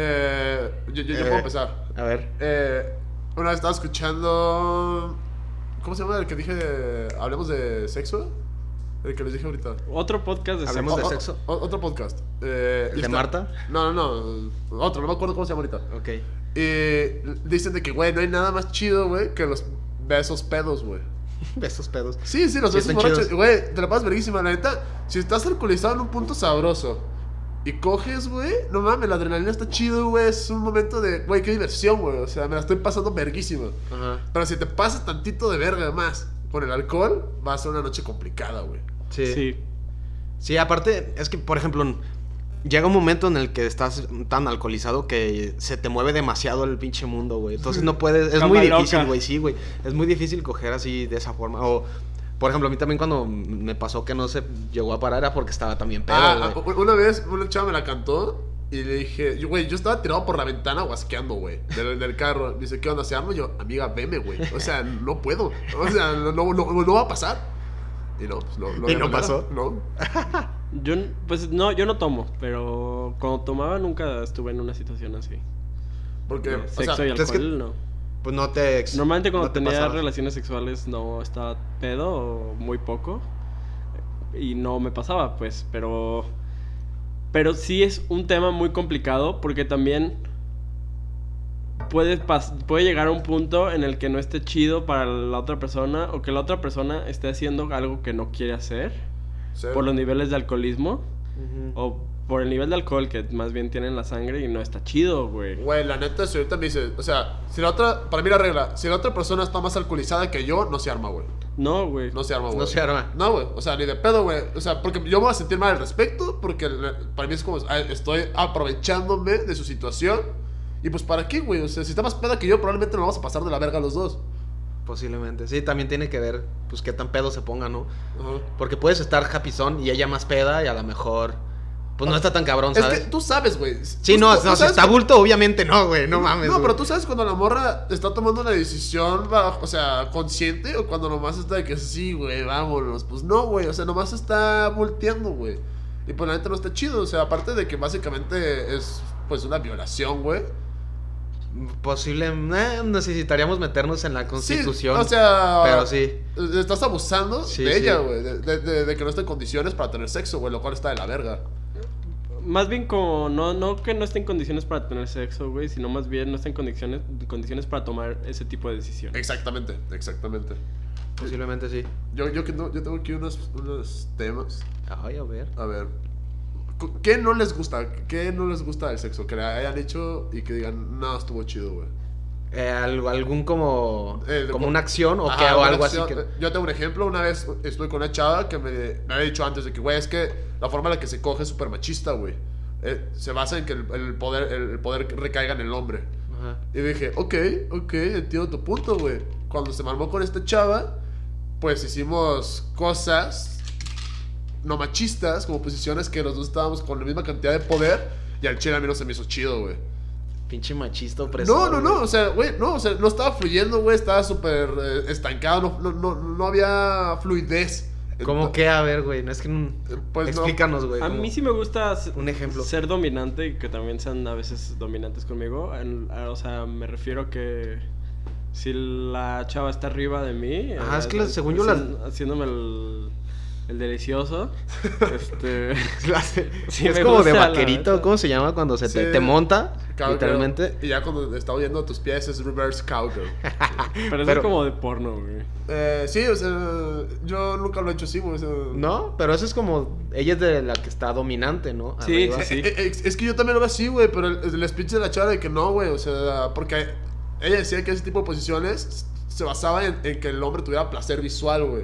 Eh, yo yo, yo Eh, puedo empezar. A ver. Eh, una vez estaba escuchando. ¿Cómo se llama el que dije? de- Hablemos de sexo. El que les dije ahorita. Otro podcast de Hablemos sexo. de O- o- sexo. o- otro podcast. Eh, ¿El y de está- Marta? No, no, no. Otro, no me acuerdo cómo se llama ahorita. Ok. Y dicen de que, güey, no hay nada más chido, güey, que los besos pedos, güey. Besos pedos. Sí, sí, los Sí, besos están borrachos. chidos. Güey, te la pasas verguísima, la neta. Si estás alcoholizado en un punto sabroso y coges, güey, no mames, la adrenalina está chido, güey. Es un momento de, güey, qué diversión, güey. O sea, me la estoy pasando verguísima. Ajá. Pero si te pasas tantito de verga más con el alcohol, va a ser una noche complicada, güey. Sí. sí. Sí. Sí, aparte, es que, por ejemplo, llega un momento en el que estás tan alcoholizado que se te mueve demasiado el pinche mundo, güey. Entonces no puedes, es Cama muy loca. difícil, güey, sí, güey. Es muy difícil coger así de esa forma. O, por ejemplo, a mí también cuando me pasó que no se llegó a parar era porque estaba también pedo, Ah, güey. ah, una vez una chava me la cantó y le dije, yo, güey, yo estaba tirado por la ventana guasqueando, güey, del, del carro. Me dice, ¿qué onda? ¿Se arma? Yo, amiga, veme, güey. O sea, no puedo. O sea, no, no, no, no va a pasar. Y no, pues no. no ¿Y no pasó? No. Yo, pues no, yo no tomo, pero cuando tomaba nunca estuve en una situación así. Porque, De o sexo sea, y es alcohol, que- no. Pues no te... ex- Normalmente cuando no te tenía pasaba. relaciones sexuales no estaba pedo o muy poco. Y no me pasaba, pues, pero... Pero sí es un tema muy complicado porque también puede, pas- puede llegar a un punto en el que no esté chido para la otra persona o que la otra persona esté haciendo algo que no quiere hacer sí. por los niveles de alcoholismo Ujú. o por el nivel de alcohol que más bien tiene en la sangre y no está chido, güey. Güey, la neta, si ahorita me dice, o sea, si la otra, para mí la regla, si la otra persona está más alcoholizada que yo, no se arma, güey. No, güey. No se arma, güey. No se arma. No, güey, o sea, ni de pedo, güey. O sea, porque yo me voy a sentir mal al respecto, porque le- para mí es como, ah, estoy aprovechándome de su situación. Y pues, ¿para qué, güey? O sea, si está más peda que yo, probablemente nos vamos a pasar de la verga los dos. Posiblemente. Sí, también tiene que ver, pues, qué tan pedo se ponga, ¿no? Ajá. Porque puedes estar happyzón y ella más peda y a lo mejor... Pues no está tan cabrón, Es ¿sabes? que tú sabes, güey. Sí, Tú- no, tú- tú no, si sabes está que- bulto, obviamente no, güey, no mames. No, güey. pero tú sabes cuando la morra está tomando una decisión, bajo- o sea, consciente, o cuando nomás está de que sí, güey, vámonos. Pues no, güey, o sea, nomás está volteando, güey. Y pues la neta no está chido, o sea, aparte de que básicamente es, pues, una violación, güey. Posible, eh, necesitaríamos meternos en la constitución. Sí, o sea, pero sí. estás abusando Sí, de sí. ella, güey, de, de- de- de que no está en condiciones para tener sexo, güey, lo cual está de la verga. Más bien como, no, no que no esté en condiciones para tener sexo, güey, sino más bien no está en condiciones, condiciones para tomar ese tipo de decisiones. Exactamente, exactamente. Posiblemente sí. Yo, yo, que no- yo tengo aquí unos, unos temas. Ay, a ver. A ver, ¿qué no les gusta? ¿Qué no les gusta del sexo? Que le hayan hecho y que digan, no, estuvo chido, güey. Eh, algo- algún como... Eh, de- como una acción o, Ajá, que, o una algo acción. así que... Yo tengo un ejemplo. Una vez estuve con una chava que me, me había dicho antes de que, güey, es que la forma en la que se coge es súper machista, güey. Eh, se basa en que el, el poder, el, el poder recaiga en el hombre. Ajá. Y dije, ok, ok, entiendo tu punto, güey. Cuando se me armó con esta chava, pues hicimos cosas no machistas, como posiciones que los dos estábamos con la misma cantidad de poder. Y al chile a mí no se me hizo chido, güey. Pinche machista No, opresor. no, no, güey. o sea, güey, no, o sea, no estaba fluyendo, güey, estaba súper eh, estancado, no, no, no, no había fluidez. ¿Cómo que? A ver, güey, no es que... no- Pues no. Explícanos, güey. A ¿cómo? mí sí me gusta s- Un ejemplo. ser dominante y que también sean a veces dominantes conmigo. En- a- o sea, me refiero a que si la chava está arriba de mí, Ajá, eh, es que la- eh, según yo las- haciendo- haciéndome el, el delicioso, este, sí es me como de gusta, la vaquerito, neta. ¿cómo se llama? Cuando se te, Sí. te monta, Cowgirl. literalmente. Y ya cuando está oyendo a tus pies es reverse cowgirl. Pero eso Pero- es como de porno, güey. eh, sí, o sea, yo nunca lo he hecho así, güey. O sea, No, pero eso es como... Ella es de la que está dominante, ¿no? Sí, Arriba. sí, sí. Eh, eh, es que yo también lo veo así, güey, pero el, el speech de la chava de que no, güey, o sea, porque ella decía que ese tipo de posiciones se basaba en, en que el hombre tuviera placer visual, güey.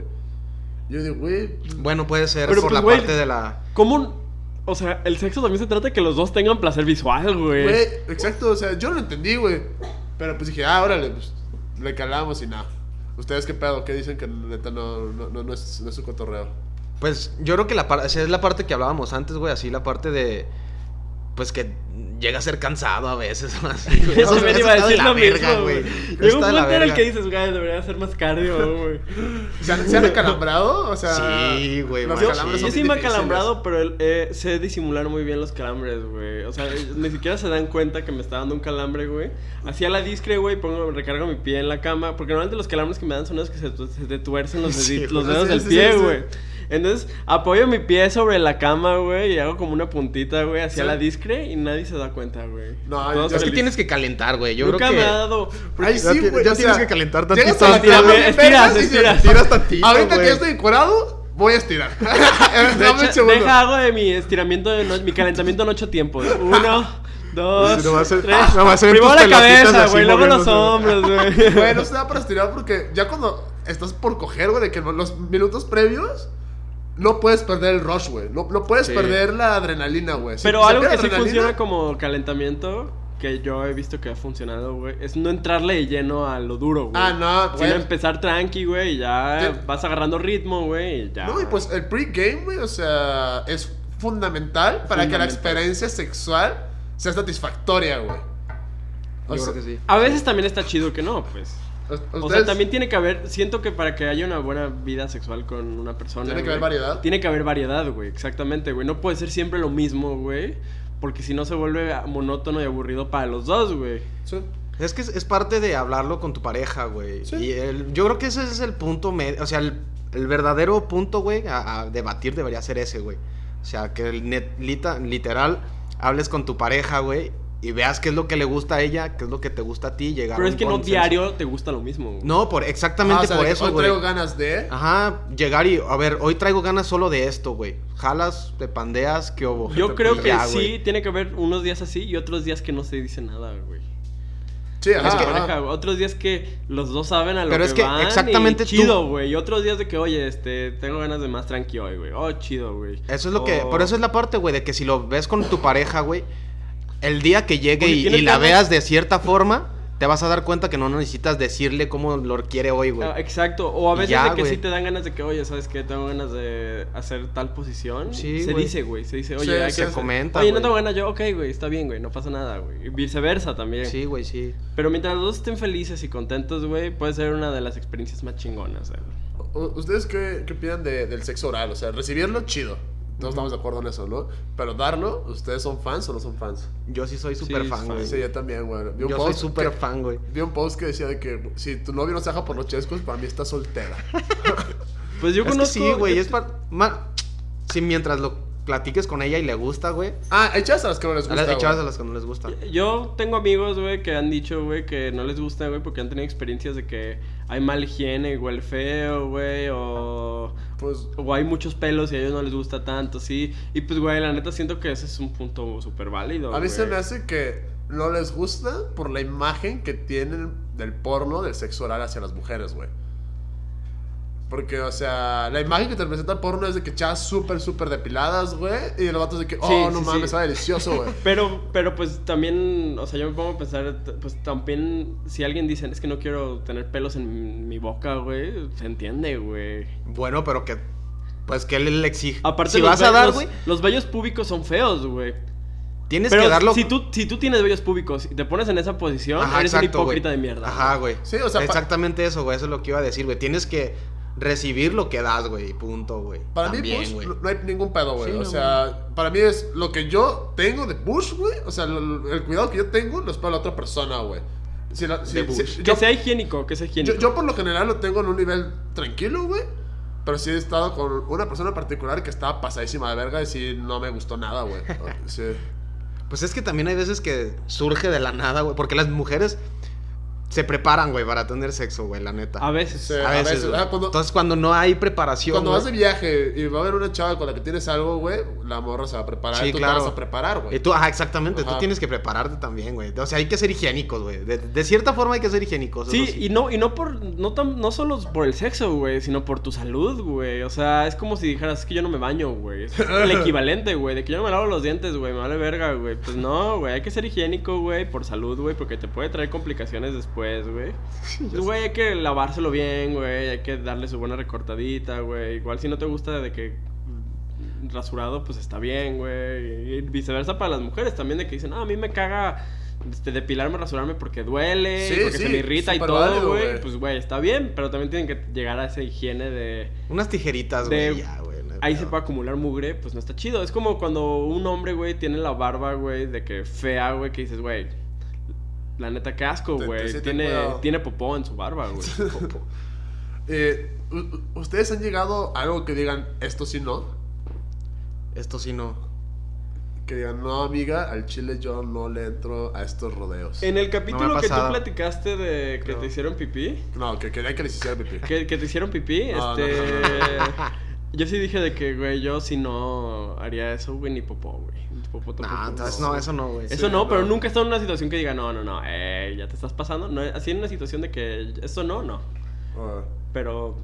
Yo digo, güey, Bueno, puede ser Pero, por pues, la güey, parte de la... ¿Cómo? un- O sea, el sexo también se trata de que los dos tengan placer visual, güey. güey, exacto, o sea, yo no lo entendí, güey. Pero pues dije, ah, órale, pues le calamos y nada. ¿Ustedes qué pedo? ¿Qué dicen que neta no, no, no, no es, no es su cotorreo? Pues yo creo que la parte... Es la parte que hablábamos antes, güey, así la parte de... Pues que llega a ser cansado a veces, ¿no? Así, güey. Eso me iba a está de decir la lo verga, mismo, güey. güey. Eso Llega un está de la punto en el verga. que dices, güey, debería hacer más cardio, güey. ¿Se han, ¿se han acalambrado? O sea, Sí, güey, los man, calambres sí. son Yo sí bien me he difíciles. acalambrado, pero el- eh, sé disimular muy bien los calambres, güey. O sea, ni siquiera se dan cuenta que me está dando un calambre, güey. Así a la discre, güey, pongo, recargo mi pie en la cama. Porque normalmente los calambres que me dan son los que se, se te tuercen los, Sí, deditos- los güey. dedos Sí, del sí, pie, sí, sí. güey. Entonces, apoyo mi pie sobre la cama, güey, y hago como una puntita, güey, hacia Sí. la discre y nadie se da cuenta, güey. No, Todos yo- Es que felices. tienes que calentar, güey. Yo Nunca creo que... me ha dado... Ay, Ya sí, ti- güey. ya o tienes sea, que calentar llegas tantito a la antes, cama, güey. bien Estiras, vergas, y dices, estiras. Tiras tantito, ahorita güey. que estoy encuerado, voy a estirar. De Dame un hecho, segundo. deja hago de mi estiramiento, de no- mi calentamiento en ocho tiempos. Uno, dos, Sí, nomás se- tres. nomás se ven Primero tus la pelotitas cabeza, así güey, luego los moviéndose. hombros, güey. Güey, no se da para estirar porque ya cuando estás por coger, güey, de que los minutos previos no puedes perder el rush, güey. No, no puedes Sí. perder la adrenalina, güey. Si- Pero si se algo que pierde sí adrenalina, funciona como calentamiento, que yo he visto que ha funcionado, güey, es no entrarle de lleno a lo duro, güey. Ah, no, güey. Sino empezar tranqui, güey, y ya Sí. vas agarrando ritmo, güey, y ya. No, y pues el pre-game, güey, o sea, es fundamental para que la Fundamental. experiencia sexual sea satisfactoria, güey. O Yo sea, creo que sí. A veces también está chido que no, pues. O sea, también tiene que haber, siento que para que haya una buena vida sexual con una persona, ¿Tiene que güey, haber variedad? Tiene que haber variedad, güey, exactamente, güey. No puede ser siempre lo mismo, güey, porque si no se vuelve monótono y aburrido para los dos, güey. Sí. Es que es, es parte de hablarlo con tu pareja, güey. Sí. Y el, yo creo que ese es el punto medio, o sea, el, el verdadero punto, güey, a, a debatir debería ser ese, güey. O sea, que el net, lita, literal hables con tu pareja, güey, y veas qué es lo que le gusta a ella, qué es lo que te gusta a ti, llegar Pero a es un que no consenso. diario te gusta lo mismo, güey. No, por exactamente Ah, o sea, por de que eso, hoy güey. traigo ganas de... Ajá, llegar y, a ver, hoy traigo ganas solo de esto, güey. Jalas, te pandeas, qué obo. Yo creo Y que ya, sí, güey. tiene que haber unos días así y otros días que no se dice nada, güey. Sí, ajá, Es que, ajá. pareja, güey. Otros días que los dos saben a lo Pero que, es que van exactamente y chido, tú- güey. Y otros días de que, oye, este, tengo ganas de más tranqui hoy, güey. Oh, chido, güey. Eso es lo que, Oh. por eso es la parte, güey, de que si lo ves con tu pareja, güey, el día que llegue Porque y, tienes y la ganas- veas de cierta forma, te vas a dar cuenta que no necesitas decirle cómo lo quiere hoy, güey. Ah, exacto. O a Y veces ya, de que güey. sí te dan ganas de que, oye, ¿sabes qué? Tengo ganas de hacer tal posición. Sí, se güey. dice, güey. Se dice, oye, Sí, hay sí, que... se comenta, Oye, no güey. tengo ganas yo. Ok, güey, está bien, güey. No pasa nada, güey. Y viceversa también. Sí, güey, sí. Pero mientras los dos estén felices y contentos, güey, puede ser una de las experiencias más chingonas, güey. U- ¿Ustedes qué, qué opinan de, del sexo oral? O sea, recibirlo, chido. Todos estamos de acuerdo en eso, ¿no? Pero darlo, ¿ustedes son fans o no son fans? Yo sí soy súper Sí, fan, fan. güey. Sí, yo también, güey. Vi un Yo soy post súper que- fan, güey. Vi un post que decía de que si tu novio no se deja por los chescos, para mí está soltera. Pues yo Es que conozco... sí, güey, yo- es para... Si mientras lo platiques con ella y le gusta, güey. Ah, hay chavas a las que no les A gusta, las chavas a güey. las que no les gusta. Yo tengo amigos, güey, que han dicho, güey, que no les gusta, güey, porque han tenido experiencias de que hay mal higiene, huele feo, güey, o... Pues, O hay muchos pelos y a ellos no les gusta tanto, sí. Y pues, güey, la neta siento que ese es un punto súper válido, a mí se güey. me hace que no les gusta por la imagen que tienen del porno, del sexo oral hacia las mujeres, güey. Porque, o sea, la imagen que te presenta el porno es de que chavas súper, súper depiladas, güey. Y los vatos de que, oh, Sí, no sí, mames, sí. está delicioso, güey. Pero, pero pues también, o sea, yo me pongo a pensar, t- pues también, si alguien dice, es que no quiero tener pelos en mi boca, güey, se entiende, güey. Bueno, pero que... Pues que él le exige. Aparte, si los vas a ve- dar, los- güey, Los vellos púbicos son feos, güey. tienes Pero que darlo... si tú, si tú tienes vellos púbicos y te pones en esa posición, Ajá, eres exacto, un hipócrita güey. de mierda. Ajá, güey. Sí, o sea, pa- exactamente eso, güey. Eso es lo que iba a decir, güey. Tienes que recibir lo que das, güey. y Punto, güey. Para mí, También, Bush, güey. no, no hay ningún pedo, güey. Sí, o no, sea, para mí es lo que yo tengo de Bush, güey. O sea, lo- el cuidado que yo tengo lo es para la otra persona, güey. Si la- si- De Bush. si- Que yo, sea higiénico, que sea higiénico. yo, yo por lo general lo tengo en un nivel tranquilo, güey. Pero sí he estado con una persona en particular que estaba pasadísima de verga y sí no me gustó nada, güey. Sí. Pues es que también hay veces que surge de la nada, güey. Porque las mujeres se preparan, güey, para tener sexo, güey, la neta. A veces. Sí. A a veces, veces, güey. ah, cuando- Entonces, cuando no hay preparación, Cuando güey, vas de viaje y va a haber una chava con la que tienes algo, güey, la morra se va a preparar Sí, y tú claro. te vas a preparar, güey. y tú, ajá, exactamente. Ajá. Tú tienes que prepararte también, güey. O sea, hay que ser higiénicos, güey. De, de cierta forma hay que ser higiénicos. Sí, eso y no, y no por, no tan, no solo por el sexo, güey, sino por tu salud, güey. O sea, es como si dijeras, es que yo no me baño, güey. Es el equivalente, güey, de que yo no me lavo los dientes, güey, me vale verga, güey. Pues no, güey, hay que ser higiénico, güey, por salud, güey, porque te puede traer complicaciones después, güey. Pues, güey, hay que lavárselo bien, güey, hay que darle su buena recortadita, güey. Igual si no te gusta de que mm, rasurado, pues está bien, güey. Y viceversa para las mujeres también, de que dicen, ah, a mí me caga este, depilarme, rasurarme porque duele, Sí, y porque sí, se me irrita y súper todo, válido, güey. güey. Pues, güey, está bien, pero también tienen que llegar a esa higiene de... Unas tijeritas, de- güey, ya, güey. no hay Ahí pedo. se puede acumular mugre, pues no está chido. Es como cuando un hombre, güey, tiene la barba, güey, de que fea, güey, que dices, güey, la neta, qué asco, Te- te- güey. sí, ten Tiene, cuidado. tiene popó en su barba, güey. Eh, u- u- ¿Ustedes han llegado a algo que digan, esto sí no? Esto sí no. Que digan, no, amiga, al chile yo no le entro a estos rodeos. En el capítulo ha que tú pasado. platicaste de que Creo. te hicieron pipí, No, que quería que les hiciera pipí. que, que te hicieron pipí, No, este... no, no, Yo sí dije de que, güey, yo si no haría eso, güey, ni popó, güey. Ni popó tampoco. No, entonces no, eso no, güey. Eso Sí, no, pero no. nunca he estado en una situación que diga, no, no, no, eh, ya te estás pasando. No, así en una situación de que eso no, no. Ah. Pero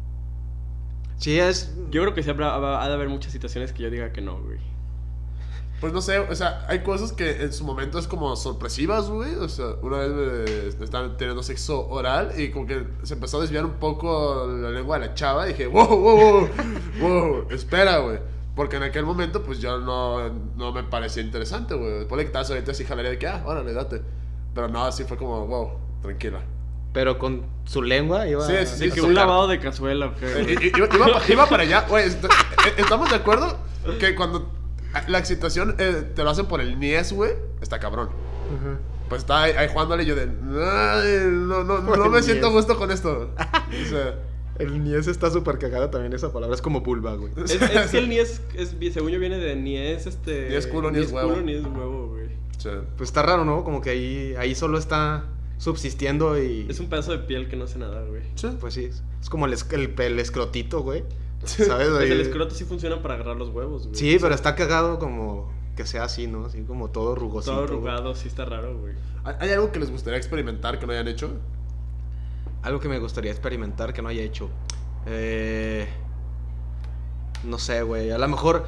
Sí, es... yo creo que siempre ha, ha de haber muchas situaciones que yo diga que no, güey. Pues no sé, o sea, hay cosas que en su momento es como sorpresivas, güey. O sea, una vez me, me estaban teniendo sexo oral y como que se empezó a desviar un poco la lengua de la chava. Y dije, wow, wow, wow, wow, espera, güey. Porque en aquel momento, pues yo no, no me parecía interesante, güey. Después de que estás ahorita así jalaría de que, ah, órale, date. Pero no, así fue como, wow, tranquila. pero con su lengua iba... Sí, sí, De que un lavado de cazuela, ¿o qué, I- güey? i- Iba, iba, iba para allá, güey. est- eh, ¿Estamos de acuerdo que cuando la excitación eh, te lo hacen por el niés, güey? Está cabrón. Ajá. Pues estaba ahí, ahí jugándole y yo de... "Ay, no, no, Por no el me siento a niés. gusto con esto. O sea, El niés está súper cagada también esa palabra, es como vulva, güey. Es, es que el ni es, es, según yo, viene de ni es este... Ni es culo, ni es huevo. culo, ni es huevo, güey. sí. Pues está raro, ¿no? Como que ahí, ahí solo está subsistiendo y... Es un pedazo de piel que no hace nada, güey. Sí. Pues sí, es, es como el, esc- el, el escrotito, güey. Sí. ¿Sabes? Pues Ahí- el escroto sí funciona para agarrar los huevos, güey. Sí, pero está cagado como que sea así, ¿no? Así como todo rugosito. Todo güey. arrugado, sí está raro, güey. ¿Hay hay algo que les gustaría experimentar que no hayan hecho? Algo que me gustaría experimentar que no haya hecho. Eh... No sé, güey. A lo mejor...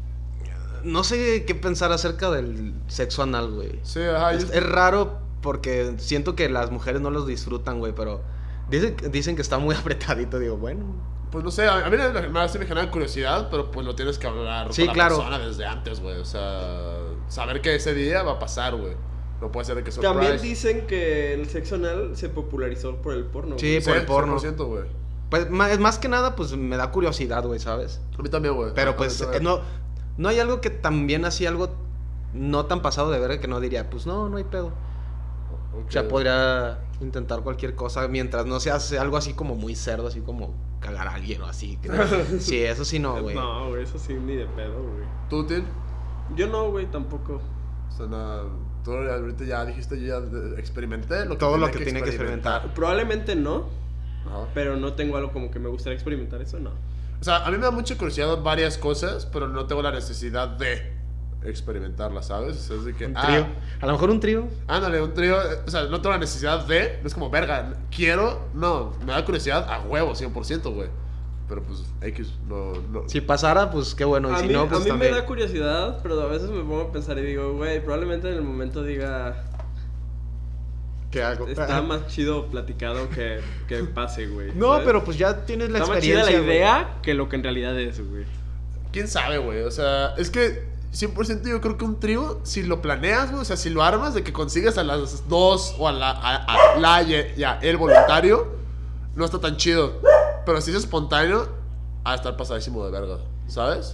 No sé qué pensar acerca del sexo anal, güey. Sí, ajá. Es, yo- es raro porque siento que las mujeres no los disfrutan, güey, pero... Dicen, dicen que está muy apretadito, digo, bueno... Pues no sé, a a mí me, me, sí me genera curiosidad, pero pues lo tienes que hablar Sí, con la claro. persona desde antes, güey. O sea, saber que ese día va a pasar, güey. No puede ser de que surprise. También dicen que el sexo anal se popularizó por el porno. Sí, güey. por el porno. cien por ciento, güey. Pues más, más que nada, pues me da curiosidad, güey, ¿sabes? A mí también, güey. Pero A- a pues mí eh, también. no, no hay algo que también así, algo no tan pasado de ver que no diría, pues no, no hay pedo. Ok. O sea, podría intentar cualquier cosa mientras no se hace algo así como muy cerdo, así como cagar a alguien o así. que- Sí, eso sí no, güey. No, güey, eso sí, ni de pedo, güey. ¿Tú, Tim? Yo no, güey, tampoco. O sea, nada, tú ahorita ya dijiste, yo ya de- experimenté lo que Todo tenía lo que tiene que experimentar. Probablemente no, Ajá. pero no tengo algo como que me gustaría experimentar eso, no. O sea, a mí me da mucha curiosidad varias cosas, pero no tengo la necesidad de experimentarlas, ¿sabes? O sea, es de que... Un ah, trío. A lo mejor un trío. ándale, un trío, eh, o sea, no tengo la necesidad de, no es como, verga, quiero, no, me da curiosidad a huevo, cien por ciento, güey. Pero pues, X, no, no. Si pasara, pues qué bueno. Y A si mí, no, pues a mí también. me da curiosidad, pero a veces me pongo a pensar y digo, güey, probablemente en el momento diga, ¿Qué hago? está más chido platicado que, que pase, güey. No, ¿sabes? pero pues ya tienes la Está más chida experiencia. la güey. idea que lo que en realidad es, güey. ¿Quién sabe, güey? O sea, es que cien por ciento yo creo que un trío, si lo planeas, güey, o sea, si lo armas de que consigas a las dos o a la, a, a la y y a el voluntario, no está tan chido. Pero si es espontáneo, a estar pasadísimo de verga, ¿sabes?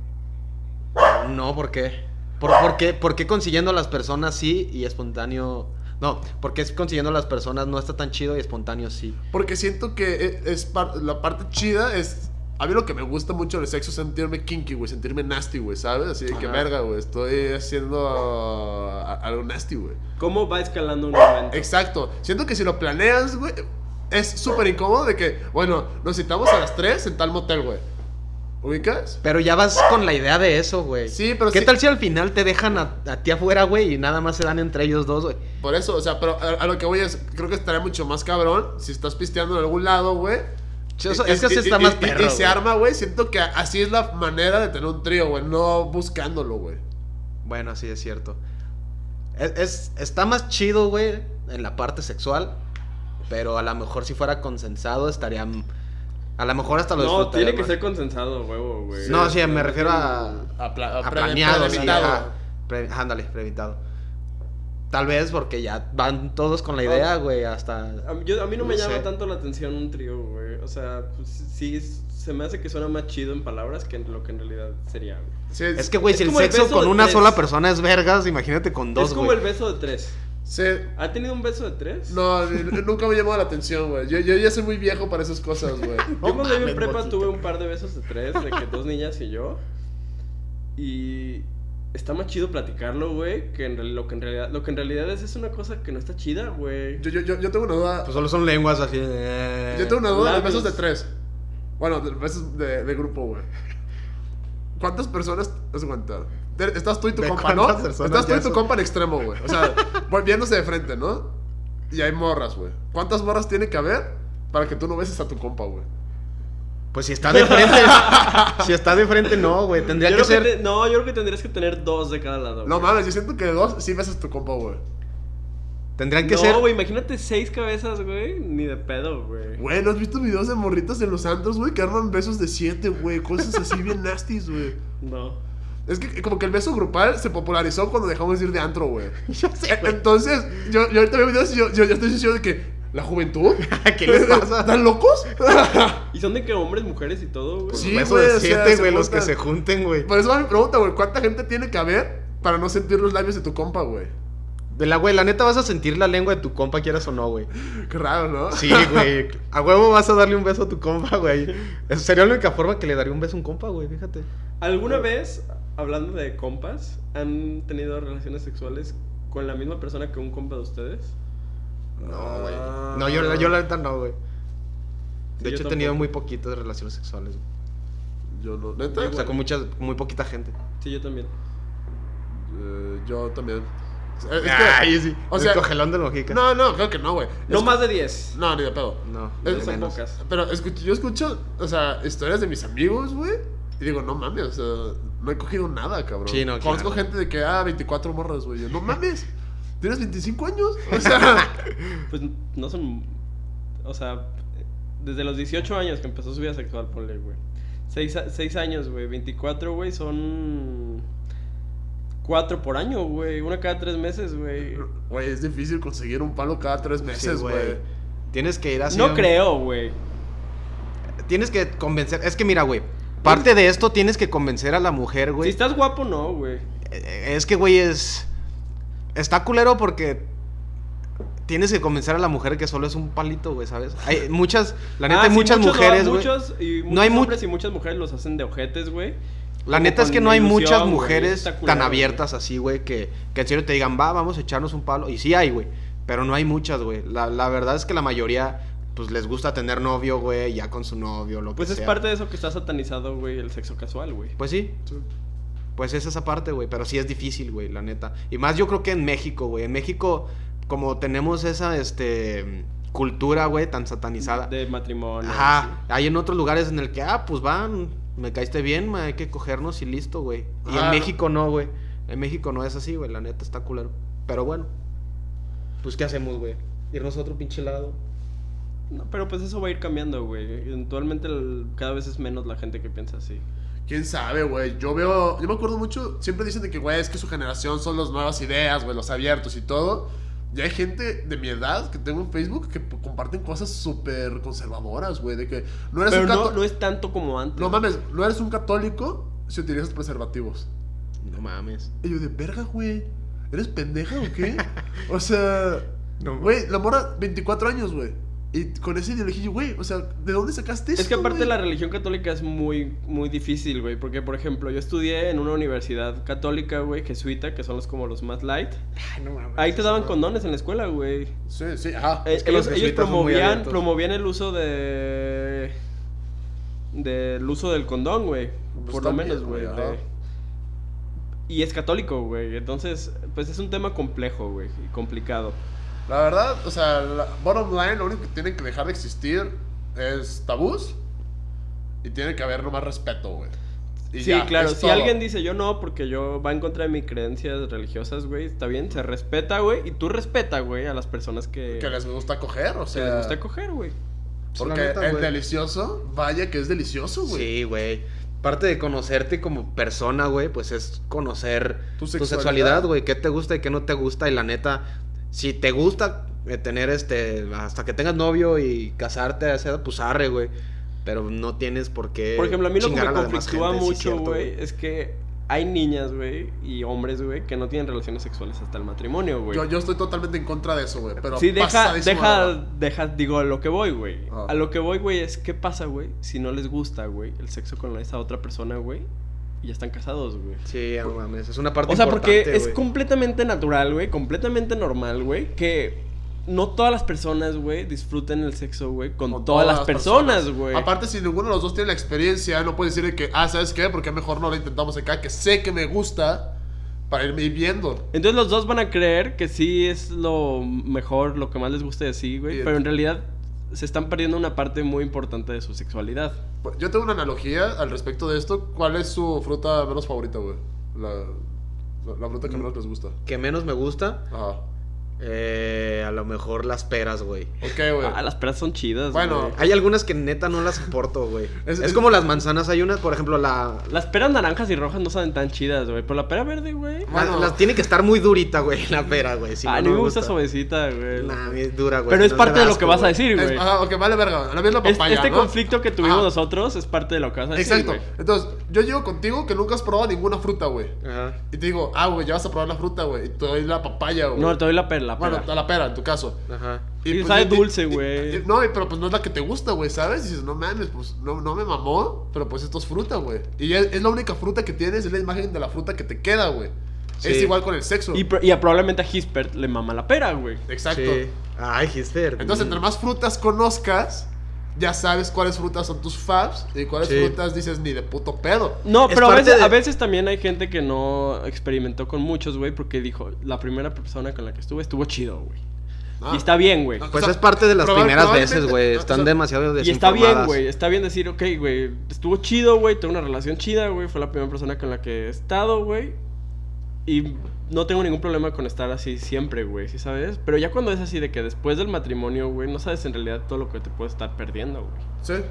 No, ¿por qué? ¿Por, por qué? ¿Por qué consiguiendo a las personas sí y espontáneo? No, porque es consiguiendo a las personas no está tan chido y espontáneo sí. Porque siento que es, es par- la parte chida es... A mí lo que me gusta mucho del sexo es sentirme kinky, güey, sentirme nasty, güey, ¿sabes? Así de que Ajá. verga, güey, estoy haciendo uh, a- algo nasty, güey. ¿Cómo va escalando un momento? Exacto. Siento que si lo planeas, güey, es súper incómodo de que, bueno, nos citamos a las tres en tal motel, güey. ¿Ubicas? Pero ya vas con la idea de eso, güey. Sí, pero ¿Qué sí- tal si al final te dejan a, a ti afuera, güey, y nada más se dan entre ellos dos, güey? Por eso, o sea, pero a, a lo que voy es, creo que estaría mucho más cabrón si estás pisteando en algún lado, güey. Eso- Y- es que así y- está y- más y- perro, Y, se güey. arma, güey. Siento que así es la manera de tener un trío, güey. No buscándolo, güey. Bueno, sí, es cierto. Es, es- está más chido, güey, en la parte sexual. Pero a lo mejor si fuera consensado estaría... A lo mejor hasta lo No, disfrutaría tiene que más. ser consensado, huevo, güey. No, sí, me refiero a... A, pla- a a pre- planeado, sí, premeditado. ajá. Pre- ándale, premeditado. Tal vez porque ya van todos con la idea, güey, hasta... A mí, yo- a mí no me No llama sé. tanto la atención un trío, güey. O sea, pues, sí, se me hace que suena más chido en palabras que en lo que en realidad sería, güey. Sí, Es que, güey, Es si el como el sexo beso con de una tres. sola persona es vergas, imagínate con dos, es como güey. el beso de tres. sí. ¿Ha tenido un beso de tres? No, n- nunca me llamó la atención, güey. Yo, yo ya soy muy viejo para esas cosas, güey. Yo cuando iba en mames, prepa Mojito. tuve un par de besos de tres, de que dos niñas y yo. Y está más chido platicarlo, güey, que en real- lo que en realidad lo que en realidad es es una cosa que no está chida, güey. Yo, yo, yo, yo tengo una duda. Pues solo son lenguas así. eh. Yo tengo una duda de labios. besos de tres. Bueno, de besos de, de grupo, güey. ¿Cuántas personas has aguantado? Te- Estás tú y tu ¿De compa, ¿no? cuántas personas Estás tú ya y tu son? compa en extremo, güey. O sea, volviéndose de frente, ¿no? Y hay morras, güey. ¿Cuántas morras tiene que haber para que tú no beses a tu compa, güey? Pues si está de frente. si está de frente, no, güey. Tendría Yo que creo ser. te- no, yo creo que tendrías que tener dos de cada lado. No güey. mames, yo siento que de dos sí besas a tu compa, güey. Tendrían que no, ser. güey, imagínate seis cabezas, güey. Ni de pedo, güey. Güey, ¿no has visto videos de morritas en los antros, güey? Que arman besos de siete, güey. Cosas así bien nasties, güey. No. Es que como que el beso grupal se popularizó cuando dejamos de ir de antro, güey. Yo sé, E- güey. Entonces, yo, yo ahorita veo videos y yo, yo, yo estoy diciendo de que ¿La juventud? ¿Qué les pasa? ¿Están locos? Y son de que hombres, mujeres y todo, güey. Sí, Eso güey, de o sea, siete, se güey, los que juntan. se junten, güey. Por eso va mi pregunta, güey. ¿Cuánta gente tiene que haber para no sentir los labios de tu compa, güey? De la, güey, la neta vas a sentir la lengua de tu compa, quieras o no, güey. Qué raro, ¿no? Sí, güey. A huevo vas a darle un beso a tu compa, güey. Esa sería la única forma que le daría un beso a un compa, güey, fíjate. ¿Alguna vez, hablando de compas, han tenido relaciones sexuales con la misma persona que un compa de ustedes? No, güey. Ah. No, yo, yo la neta no, güey. Sí, De yo hecho, he tenido tampoco. muy poquitas relaciones sexuales, güey. Yo no. ¿Neta? O sea, con mucha, con muy poquita gente. Sí, yo también. Eh, yo también. Es que- Ay, sí. O El sea, cogelón de Mojica. no, no, creo que no, güey. No Es- más de diez. No, ni de pedo. No, Es- de son menos. pocas. Pero escucho, yo escucho, o sea, historias de mis amigos, güey. Y digo, no mames, o sea, no he cogido nada, cabrón. Sí, no, Conozco claro. gente de que, ah, veinticuatro morras, güey. Yo, no mames, ¿tienes veinticinco años? O sea, Pues no son. O sea, desde los dieciocho años que empezó su vida sexual, ponle, güey. seis años, güey. veinticuatro, güey, son. cuatro por año, güey. Una cada tres meses, güey. güey, es difícil conseguir un palo cada tres Sí, meses, güey. Tienes que ir así. No creo, güey. Tienes que convencer. Es que mira, güey. Parte de esto tienes que convencer a la mujer, Si güey. estás guapo, no, güey. Eh, Es que, güey, es. Está culero porque. Tienes que convencer a la mujer que solo es un palito, güey, ¿sabes? Hay muchas. La neta, Ah, hay sí, muchas muchos lo- mujeres, güey. Muchos, y muchos No hay mu- hombres y muchas mujeres los hacen de ojetes, güey. La Como neta es que con no hay ilusión, muchas güey, mujeres está culero, tan güey. abiertas así, güey, que, que en serio te digan, va, vamos a echarnos un palo. Y sí hay, güey. Pero no hay muchas, güey. La, la verdad es que la mayoría, pues les gusta tener novio, güey, ya con su novio, lo Pues que es sea. parte de eso que está satanizado, güey, el sexo casual, güey. Pues sí. Sí. Pues es esa parte, güey. Pero sí es difícil, güey, la neta. Y más yo creo que en México, güey. En México, como tenemos esa, este, cultura, güey, tan satanizada. De matrimonio. Ajá. Hay en otros lugares en el que, ah, pues van, me caíste bien, ma, hay que cogernos y listo, güey. Y Ah. en México no, güey. En México no es así, güey. La neta está culero. Pero bueno. Pues, ¿qué hacemos, güey? Irnos a otro pinche lado. No, pero pues eso va a ir cambiando, güey. Eventualmente el- cada vez es menos la gente que piensa así. ¿Quién sabe, güey? Yo veo, yo me acuerdo mucho, siempre dicen de que, güey, es que su generación son las nuevas ideas, güey, los abiertos y todo. Y hay gente de mi edad que tengo en Facebook que p- comparten cosas súper conservadoras, güey, de que no eres Pero un no, católico. no es tanto como antes. No mames, no eres un católico si utilizas preservativos. No mames. Y yo de verga, güey. ¿Eres pendeja o qué? O sea, No, güey, la mora, veinticuatro años, güey. Y con ese ideología, güey, o sea, ¿de dónde sacaste eso? Es que aparte güey? la religión católica es muy, muy difícil, güey. Porque, por ejemplo, yo estudié en una universidad católica, güey, jesuita, que son los como los más light. Ay, no mames. Ahí te daban condones en la escuela, güey. Sí, sí, ajá. Eh, Es que ellos los ellos jesuitas son muy promovían, abiertos. promovían el uso de... del uso del condón, güey. Pues Por lo también, menos, güey. güey, de- ajá. Y es católico, güey. Entonces, pues es un tema complejo, güey. Y complicado. La verdad, o sea, la bottom line, lo único que tiene que dejar de existir es tabús y tiene que haber nomás respeto, güey. Y Sí, ya, claro. es Si todo. alguien dice yo no, porque yo va en contra de mis creencias religiosas, güey, está bien, se respeta, güey. Y tú respeta, güey, a las personas que, Que les gusta coger, o que sea. les gusta coger, güey. Porque La neta, el güey. delicioso, vaya que es delicioso, güey. Sí, güey. Parte de conocerte como persona, güey, pues es conocer Tu tu sexualidad. sexualidad, güey, qué te gusta y qué no te gusta. Y la neta, si te gusta eh, tener este, hasta que tengas novio y casarte a esa edad, pues arre, güey. Pero no tienes por qué. Por ejemplo, a mí lo que chingar me a la demás conflictúa gente, sí, mucho, cierto, güey, es que hay niñas, güey, y hombres, güey, que no tienen relaciones sexuales hasta el matrimonio, güey. Yo, yo estoy totalmente en contra de eso, güey. Pero Sí, deja, pasadísimo de deja, verdad. deja, digo, a lo que voy, güey. Ah. A lo que voy, güey, es qué pasa, güey, si no les gusta, güey, el sexo con esa otra persona, güey, y ya están casados, güey. Sí, no mames, es una parte O sea, importante, porque es güey. completamente natural, güey, completamente normal, güey, que no todas las personas, güey, disfruten el sexo, güey, con, Con todas, las personas, güey. Aparte, si ninguno de los dos tiene la experiencia, no puedes decir de que, ah, ¿sabes qué? Porque mejor no lo intentamos acá, que sé que me gusta, para irme viendo. Entonces los dos van a creer que sí es lo mejor, lo que más les guste de sí, güey, Y- pero en realidad se están perdiendo una parte muy importante de su sexualidad. Yo tengo una analogía al respecto de esto. ¿Cuál es su fruta menos favorita, güey? La, la, la fruta que menos les gusta. Que menos me gusta, Ajá. eh, a lo mejor las peras, güey. Ok, güey. Ah, las peras son chidas, Bueno. güey. Hay algunas que neta no las soporto, güey. Es- Es, es- como las manzanas. Hay unas, por ejemplo, la... Las peras naranjas y rojas no saben tan chidas, güey. Pero la pera verde, güey. la- Bueno. las tiene que estar muy durita, güey, la pera, güey. Si Ah, a no, mí no me gusta suavecita, güey. Nah, a mí es dura, güey. Pero es no parte se de da lo que asco, vas a güey. decir, Es- güey. ajá, ok, vale verga. A la vez la Es- papaya, este ¿no? conflicto que tuvimos Ajá. nosotros es parte de lo que vas a decir, Exacto. güey. Entonces, yo llego contigo que nunca has probado ninguna fruta, güey. Ajá. Y te digo, ah, güey, ya vas a probar la fruta, güey. Y te doy la papaya, güey. No, te doy la pera, la Bueno, pera. la pera, en tu caso. Ajá. Y sabe yo- dulce, y- güey. y- No, y- pero pues no es la que te gusta, güey, ¿sabes? Y dices, no mames, pues no, no me mamó, pero pues esto es fruta, güey. Y es, es la única fruta que tienes, es la imagen de la fruta que te queda, güey. Sí. Es igual con el sexo. Y, pro- y a- probablemente a Hispert le mama la pera, güey. Exacto. Sí. Ay, Gisbert. Entonces, entre más frutas conozcas, ya sabes cuáles frutas son tus faves y cuáles Sí. frutas dices ni de puto pedo. No, Es pero a parte veces, de- a veces también hay gente que no experimentó con muchos, güey, porque dijo, la primera persona con la que estuve estuvo chido, güey. Ah. Y está bien, güey. Ah, Pues o sea, es parte de las probable- primeras probablemente- veces, güey. o Están sea, demasiado Y está bien, desinformadas. güey. Está bien decir, ok, güey, estuvo chido, güey. Tengo una relación chida, güey. Fue la primera persona con la que he estado, güey. Y no tengo ningún problema con estar así siempre, güey, ¿sí sabes? Pero ya cuando es así de que después del matrimonio, güey, no sabes en realidad todo lo que te puedes estar perdiendo, güey. Sí.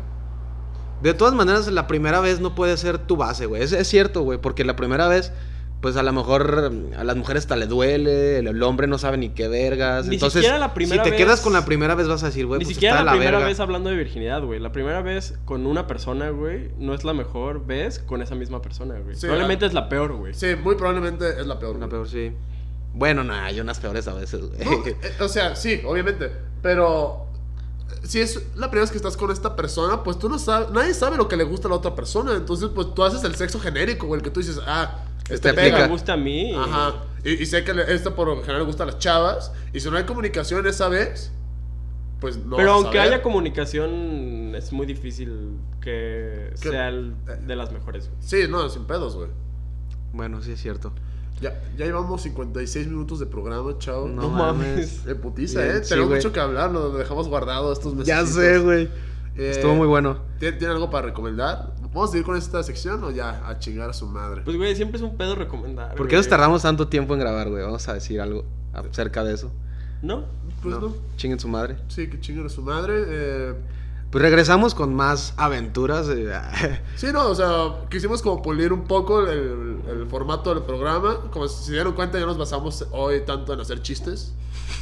De todas maneras, la primera vez no puede ser tu base, güey. Es, es cierto, güey, porque la primera vez, pues a lo mejor mm, a las mujeres hasta le duele, el, el hombre no sabe ni qué vergas. Ni Entonces, siquiera la primera si te vez- quedas con la primera vez vas a decir, güey, Ni pues siquiera está la de primera verga. vez hablando de virginidad, güey. La primera vez con una persona, güey, no es la mejor vez con esa misma persona, güey. Sí, Probablemente ah. es la peor, güey. Sí, muy probablemente es la peor. La güey. peor, sí. Bueno, no, hay unas peores a veces, güey. No, eh, o sea, sí, obviamente. Pero si es la primera vez que estás con esta persona, pues tú no sabes, nadie sabe lo que le gusta a la otra persona. Entonces, pues tú haces el sexo genérico, güey, el que tú dices, ah, Este este aplica. pega. Me gusta a mí. Ajá. Y, y sé que le- esto por lo general le gusta a las chavas. Y si no hay comunicación esa vez, pues no. Pero vas a aunque saber. haya comunicación, es muy difícil que ¿Qué? sea el- de las mejores, güey. Sí, no, sin pedos, güey. Bueno, sí es cierto. Ya, ya llevamos cincuenta y seis minutos de programa, chao. No No mames. De putiza, Bien, eh. sí, Tenemos güey. mucho que hablar, lo dejamos guardado estos meses. Ya sé, güey. Eh, Estuvo muy bueno. ¿Tiene, tiene algo para recomendar? ¿Vamos a seguir con esta sección o ya a chingar a su madre? Pues, güey, siempre es un pedo recomendar. ¿Por qué güey. nos tardamos tanto tiempo en grabar, güey? Vamos a decir algo acerca de eso. ¿No? Pues no. Chinguen su madre. Sí, que chinguen a su madre. Eh, Pues regresamos con más aventuras. eh, sí, no, o sea, quisimos como pulir un poco el, el formato del programa. Como si se dieron cuenta, ya nos basamos hoy tanto en hacer chistes.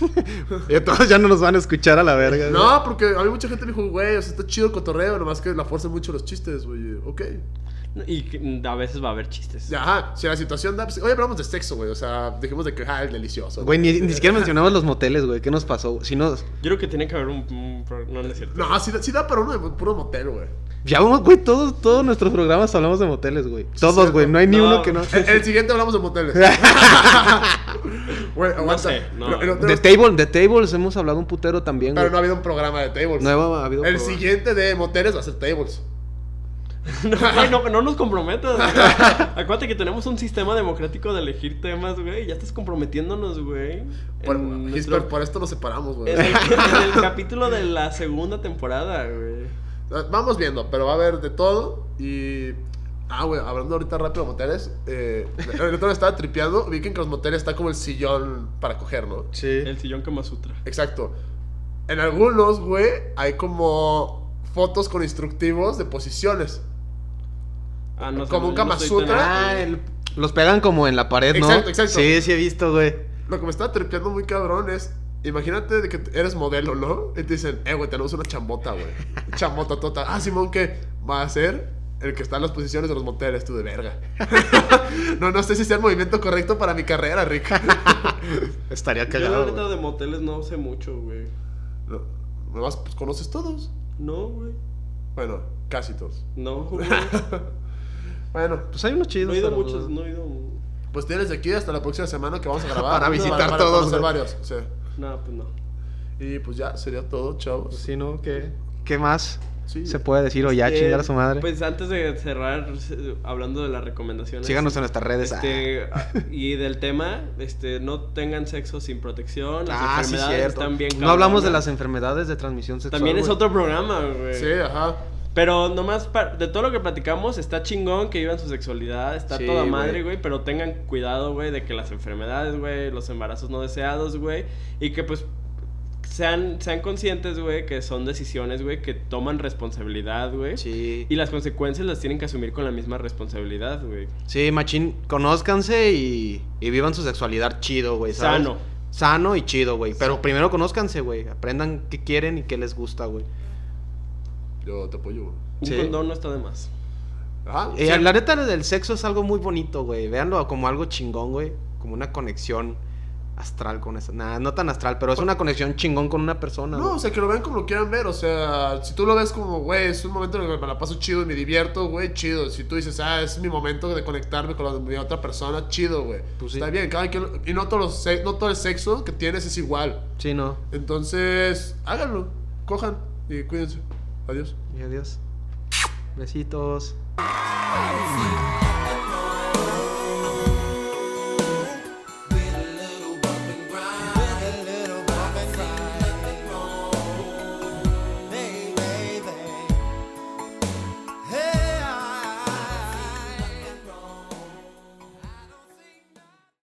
y todos ya no nos van a escuchar a la verga. güey. No, porque a mí mucha gente me dijo, güey, o sea, está chido el cotorreo, nomás que la fuerzan mucho los chistes, güey. Ok. Y que a veces va a haber chistes. Ya, ajá, si la situación da. Pues, hoy hablamos de sexo, güey. O sea, dijimos de que, ah, el delicioso. Güey, ni, ni siquiera mencionamos los moteles, güey. ¿Qué nos pasó? Si no, Yo creo que tiene que haber un... un pro- no, no es cierto. No, sí, da- sí da para uno de puro motel, güey. ya vamos, güey, todos, todos nuestros programas hablamos de moteles, güey. Todos, cierto. güey. No hay ni No. uno que no. El, el siguiente hablamos de moteles. Güey, aguanta. sé, no. Pero, el otro- De table, de tables hemos hablado un putero también, pero güey. no ha habido un programa de tables. No ha habido el programa. siguiente de moteles va a ser tables. No, güey, no, no nos comprometas. güey. Acuérdate que tenemos un sistema democrático de elegir temas, güey. Ya estás comprometiéndonos, güey. Por, En Gisbert, nuestro- por esto nos separamos, güey. En el, en el capítulo de la segunda temporada, güey. Vamos viendo, pero va a haber de todo. Y. Ah, güey, hablando ahorita rápido de moteles. Eh, el otro día estaba tripeando. Vi que en los moteles está como el sillón para coger, ¿no? Sí. El sillón Kama Sutra. Exacto. En algunos, güey, hay como fotos con instructivos de posiciones. Ah, no sé, Como un yo no Kama soy tan- Sutra. Ah, el- los pegan como en la pared, ¿no? Exacto, exacto. Sí, sí he visto, güey. Lo que me estaba tripeando muy cabrón es. Imagínate de que eres modelo, ¿no? Y te dicen, eh, güey, tenemos una chambota, güey. Chambota tota. Ah, Simón, ¿qué va a ser? El que está en las posiciones de los moteles, tú de verga. no, no sé si sea el movimiento correcto para mi carrera, Rick. Estaría Yo cagado. la neta güey. de moteles no sé mucho, güey. No, nomás, pues conoces todos. No, güey. Bueno, casi todos. No, güey. Bueno, Pues hay unos chidos. No he ido pero- muchos, no he ido... pues tienes de aquí hasta la próxima semana que vamos a grabar. Para visitar todos, conocer güey. varios, sí. No, pues no. Y pues ya, sería todo, chavos. Sí, ¿no? ¿Qué, qué más Sí. se puede decir? O ya Eh, chingar a su madre. Pues antes de cerrar, eh, hablando de las recomendaciones. Síganos en nuestras redes. Este, ah, y del tema, este, no tengan sexo sin protección. Las Ah, sí, enfermedades cierto. están bien No hablamos de cabronas. las enfermedades de transmisión sexual. También es güey. otro programa, güey. Sí, ajá. Pero nomás, pa- de todo lo que platicamos, está chingón que vivan su sexualidad, está Sí, toda madre, güey. güey, pero tengan cuidado, güey, de que las enfermedades, güey, los embarazos no deseados, güey, y que pues sean, sean conscientes, güey, que son decisiones, güey, que toman responsabilidad, güey. Sí. Y las consecuencias las tienen que asumir con la misma responsabilidad, güey. Sí, machín, conózcanse y, y vivan su sexualidad chido, güey, ¿sabes? Sano. Sano y chido, güey. Pero Sí. primero conózcanse, güey. Aprendan qué quieren y qué les gusta, güey. Yo te apoyo, güey. Un Sí. condón no está de más. Ajá. Eh, sí. la neta del sexo es algo muy bonito, güey. Véanlo como algo chingón, güey. Como una conexión astral con esa. Nah, no tan astral, pero es una conexión chingón con una persona. No, güey. o sea, que lo vean como lo quieran ver. O sea, si tú lo ves como, güey, es un momento en el que me la paso chido y me divierto, güey, chido. Si tú dices, ah, es mi momento de conectarme con la, mi otra persona, chido, güey. Pues sí. Está bien, cada quien. Y no, todos los se- no todo el sexo que tienes es igual. Sí, no. Entonces, háganlo. Cojan y cuídense. Adiós. Y adiós. Besitos. Thank you.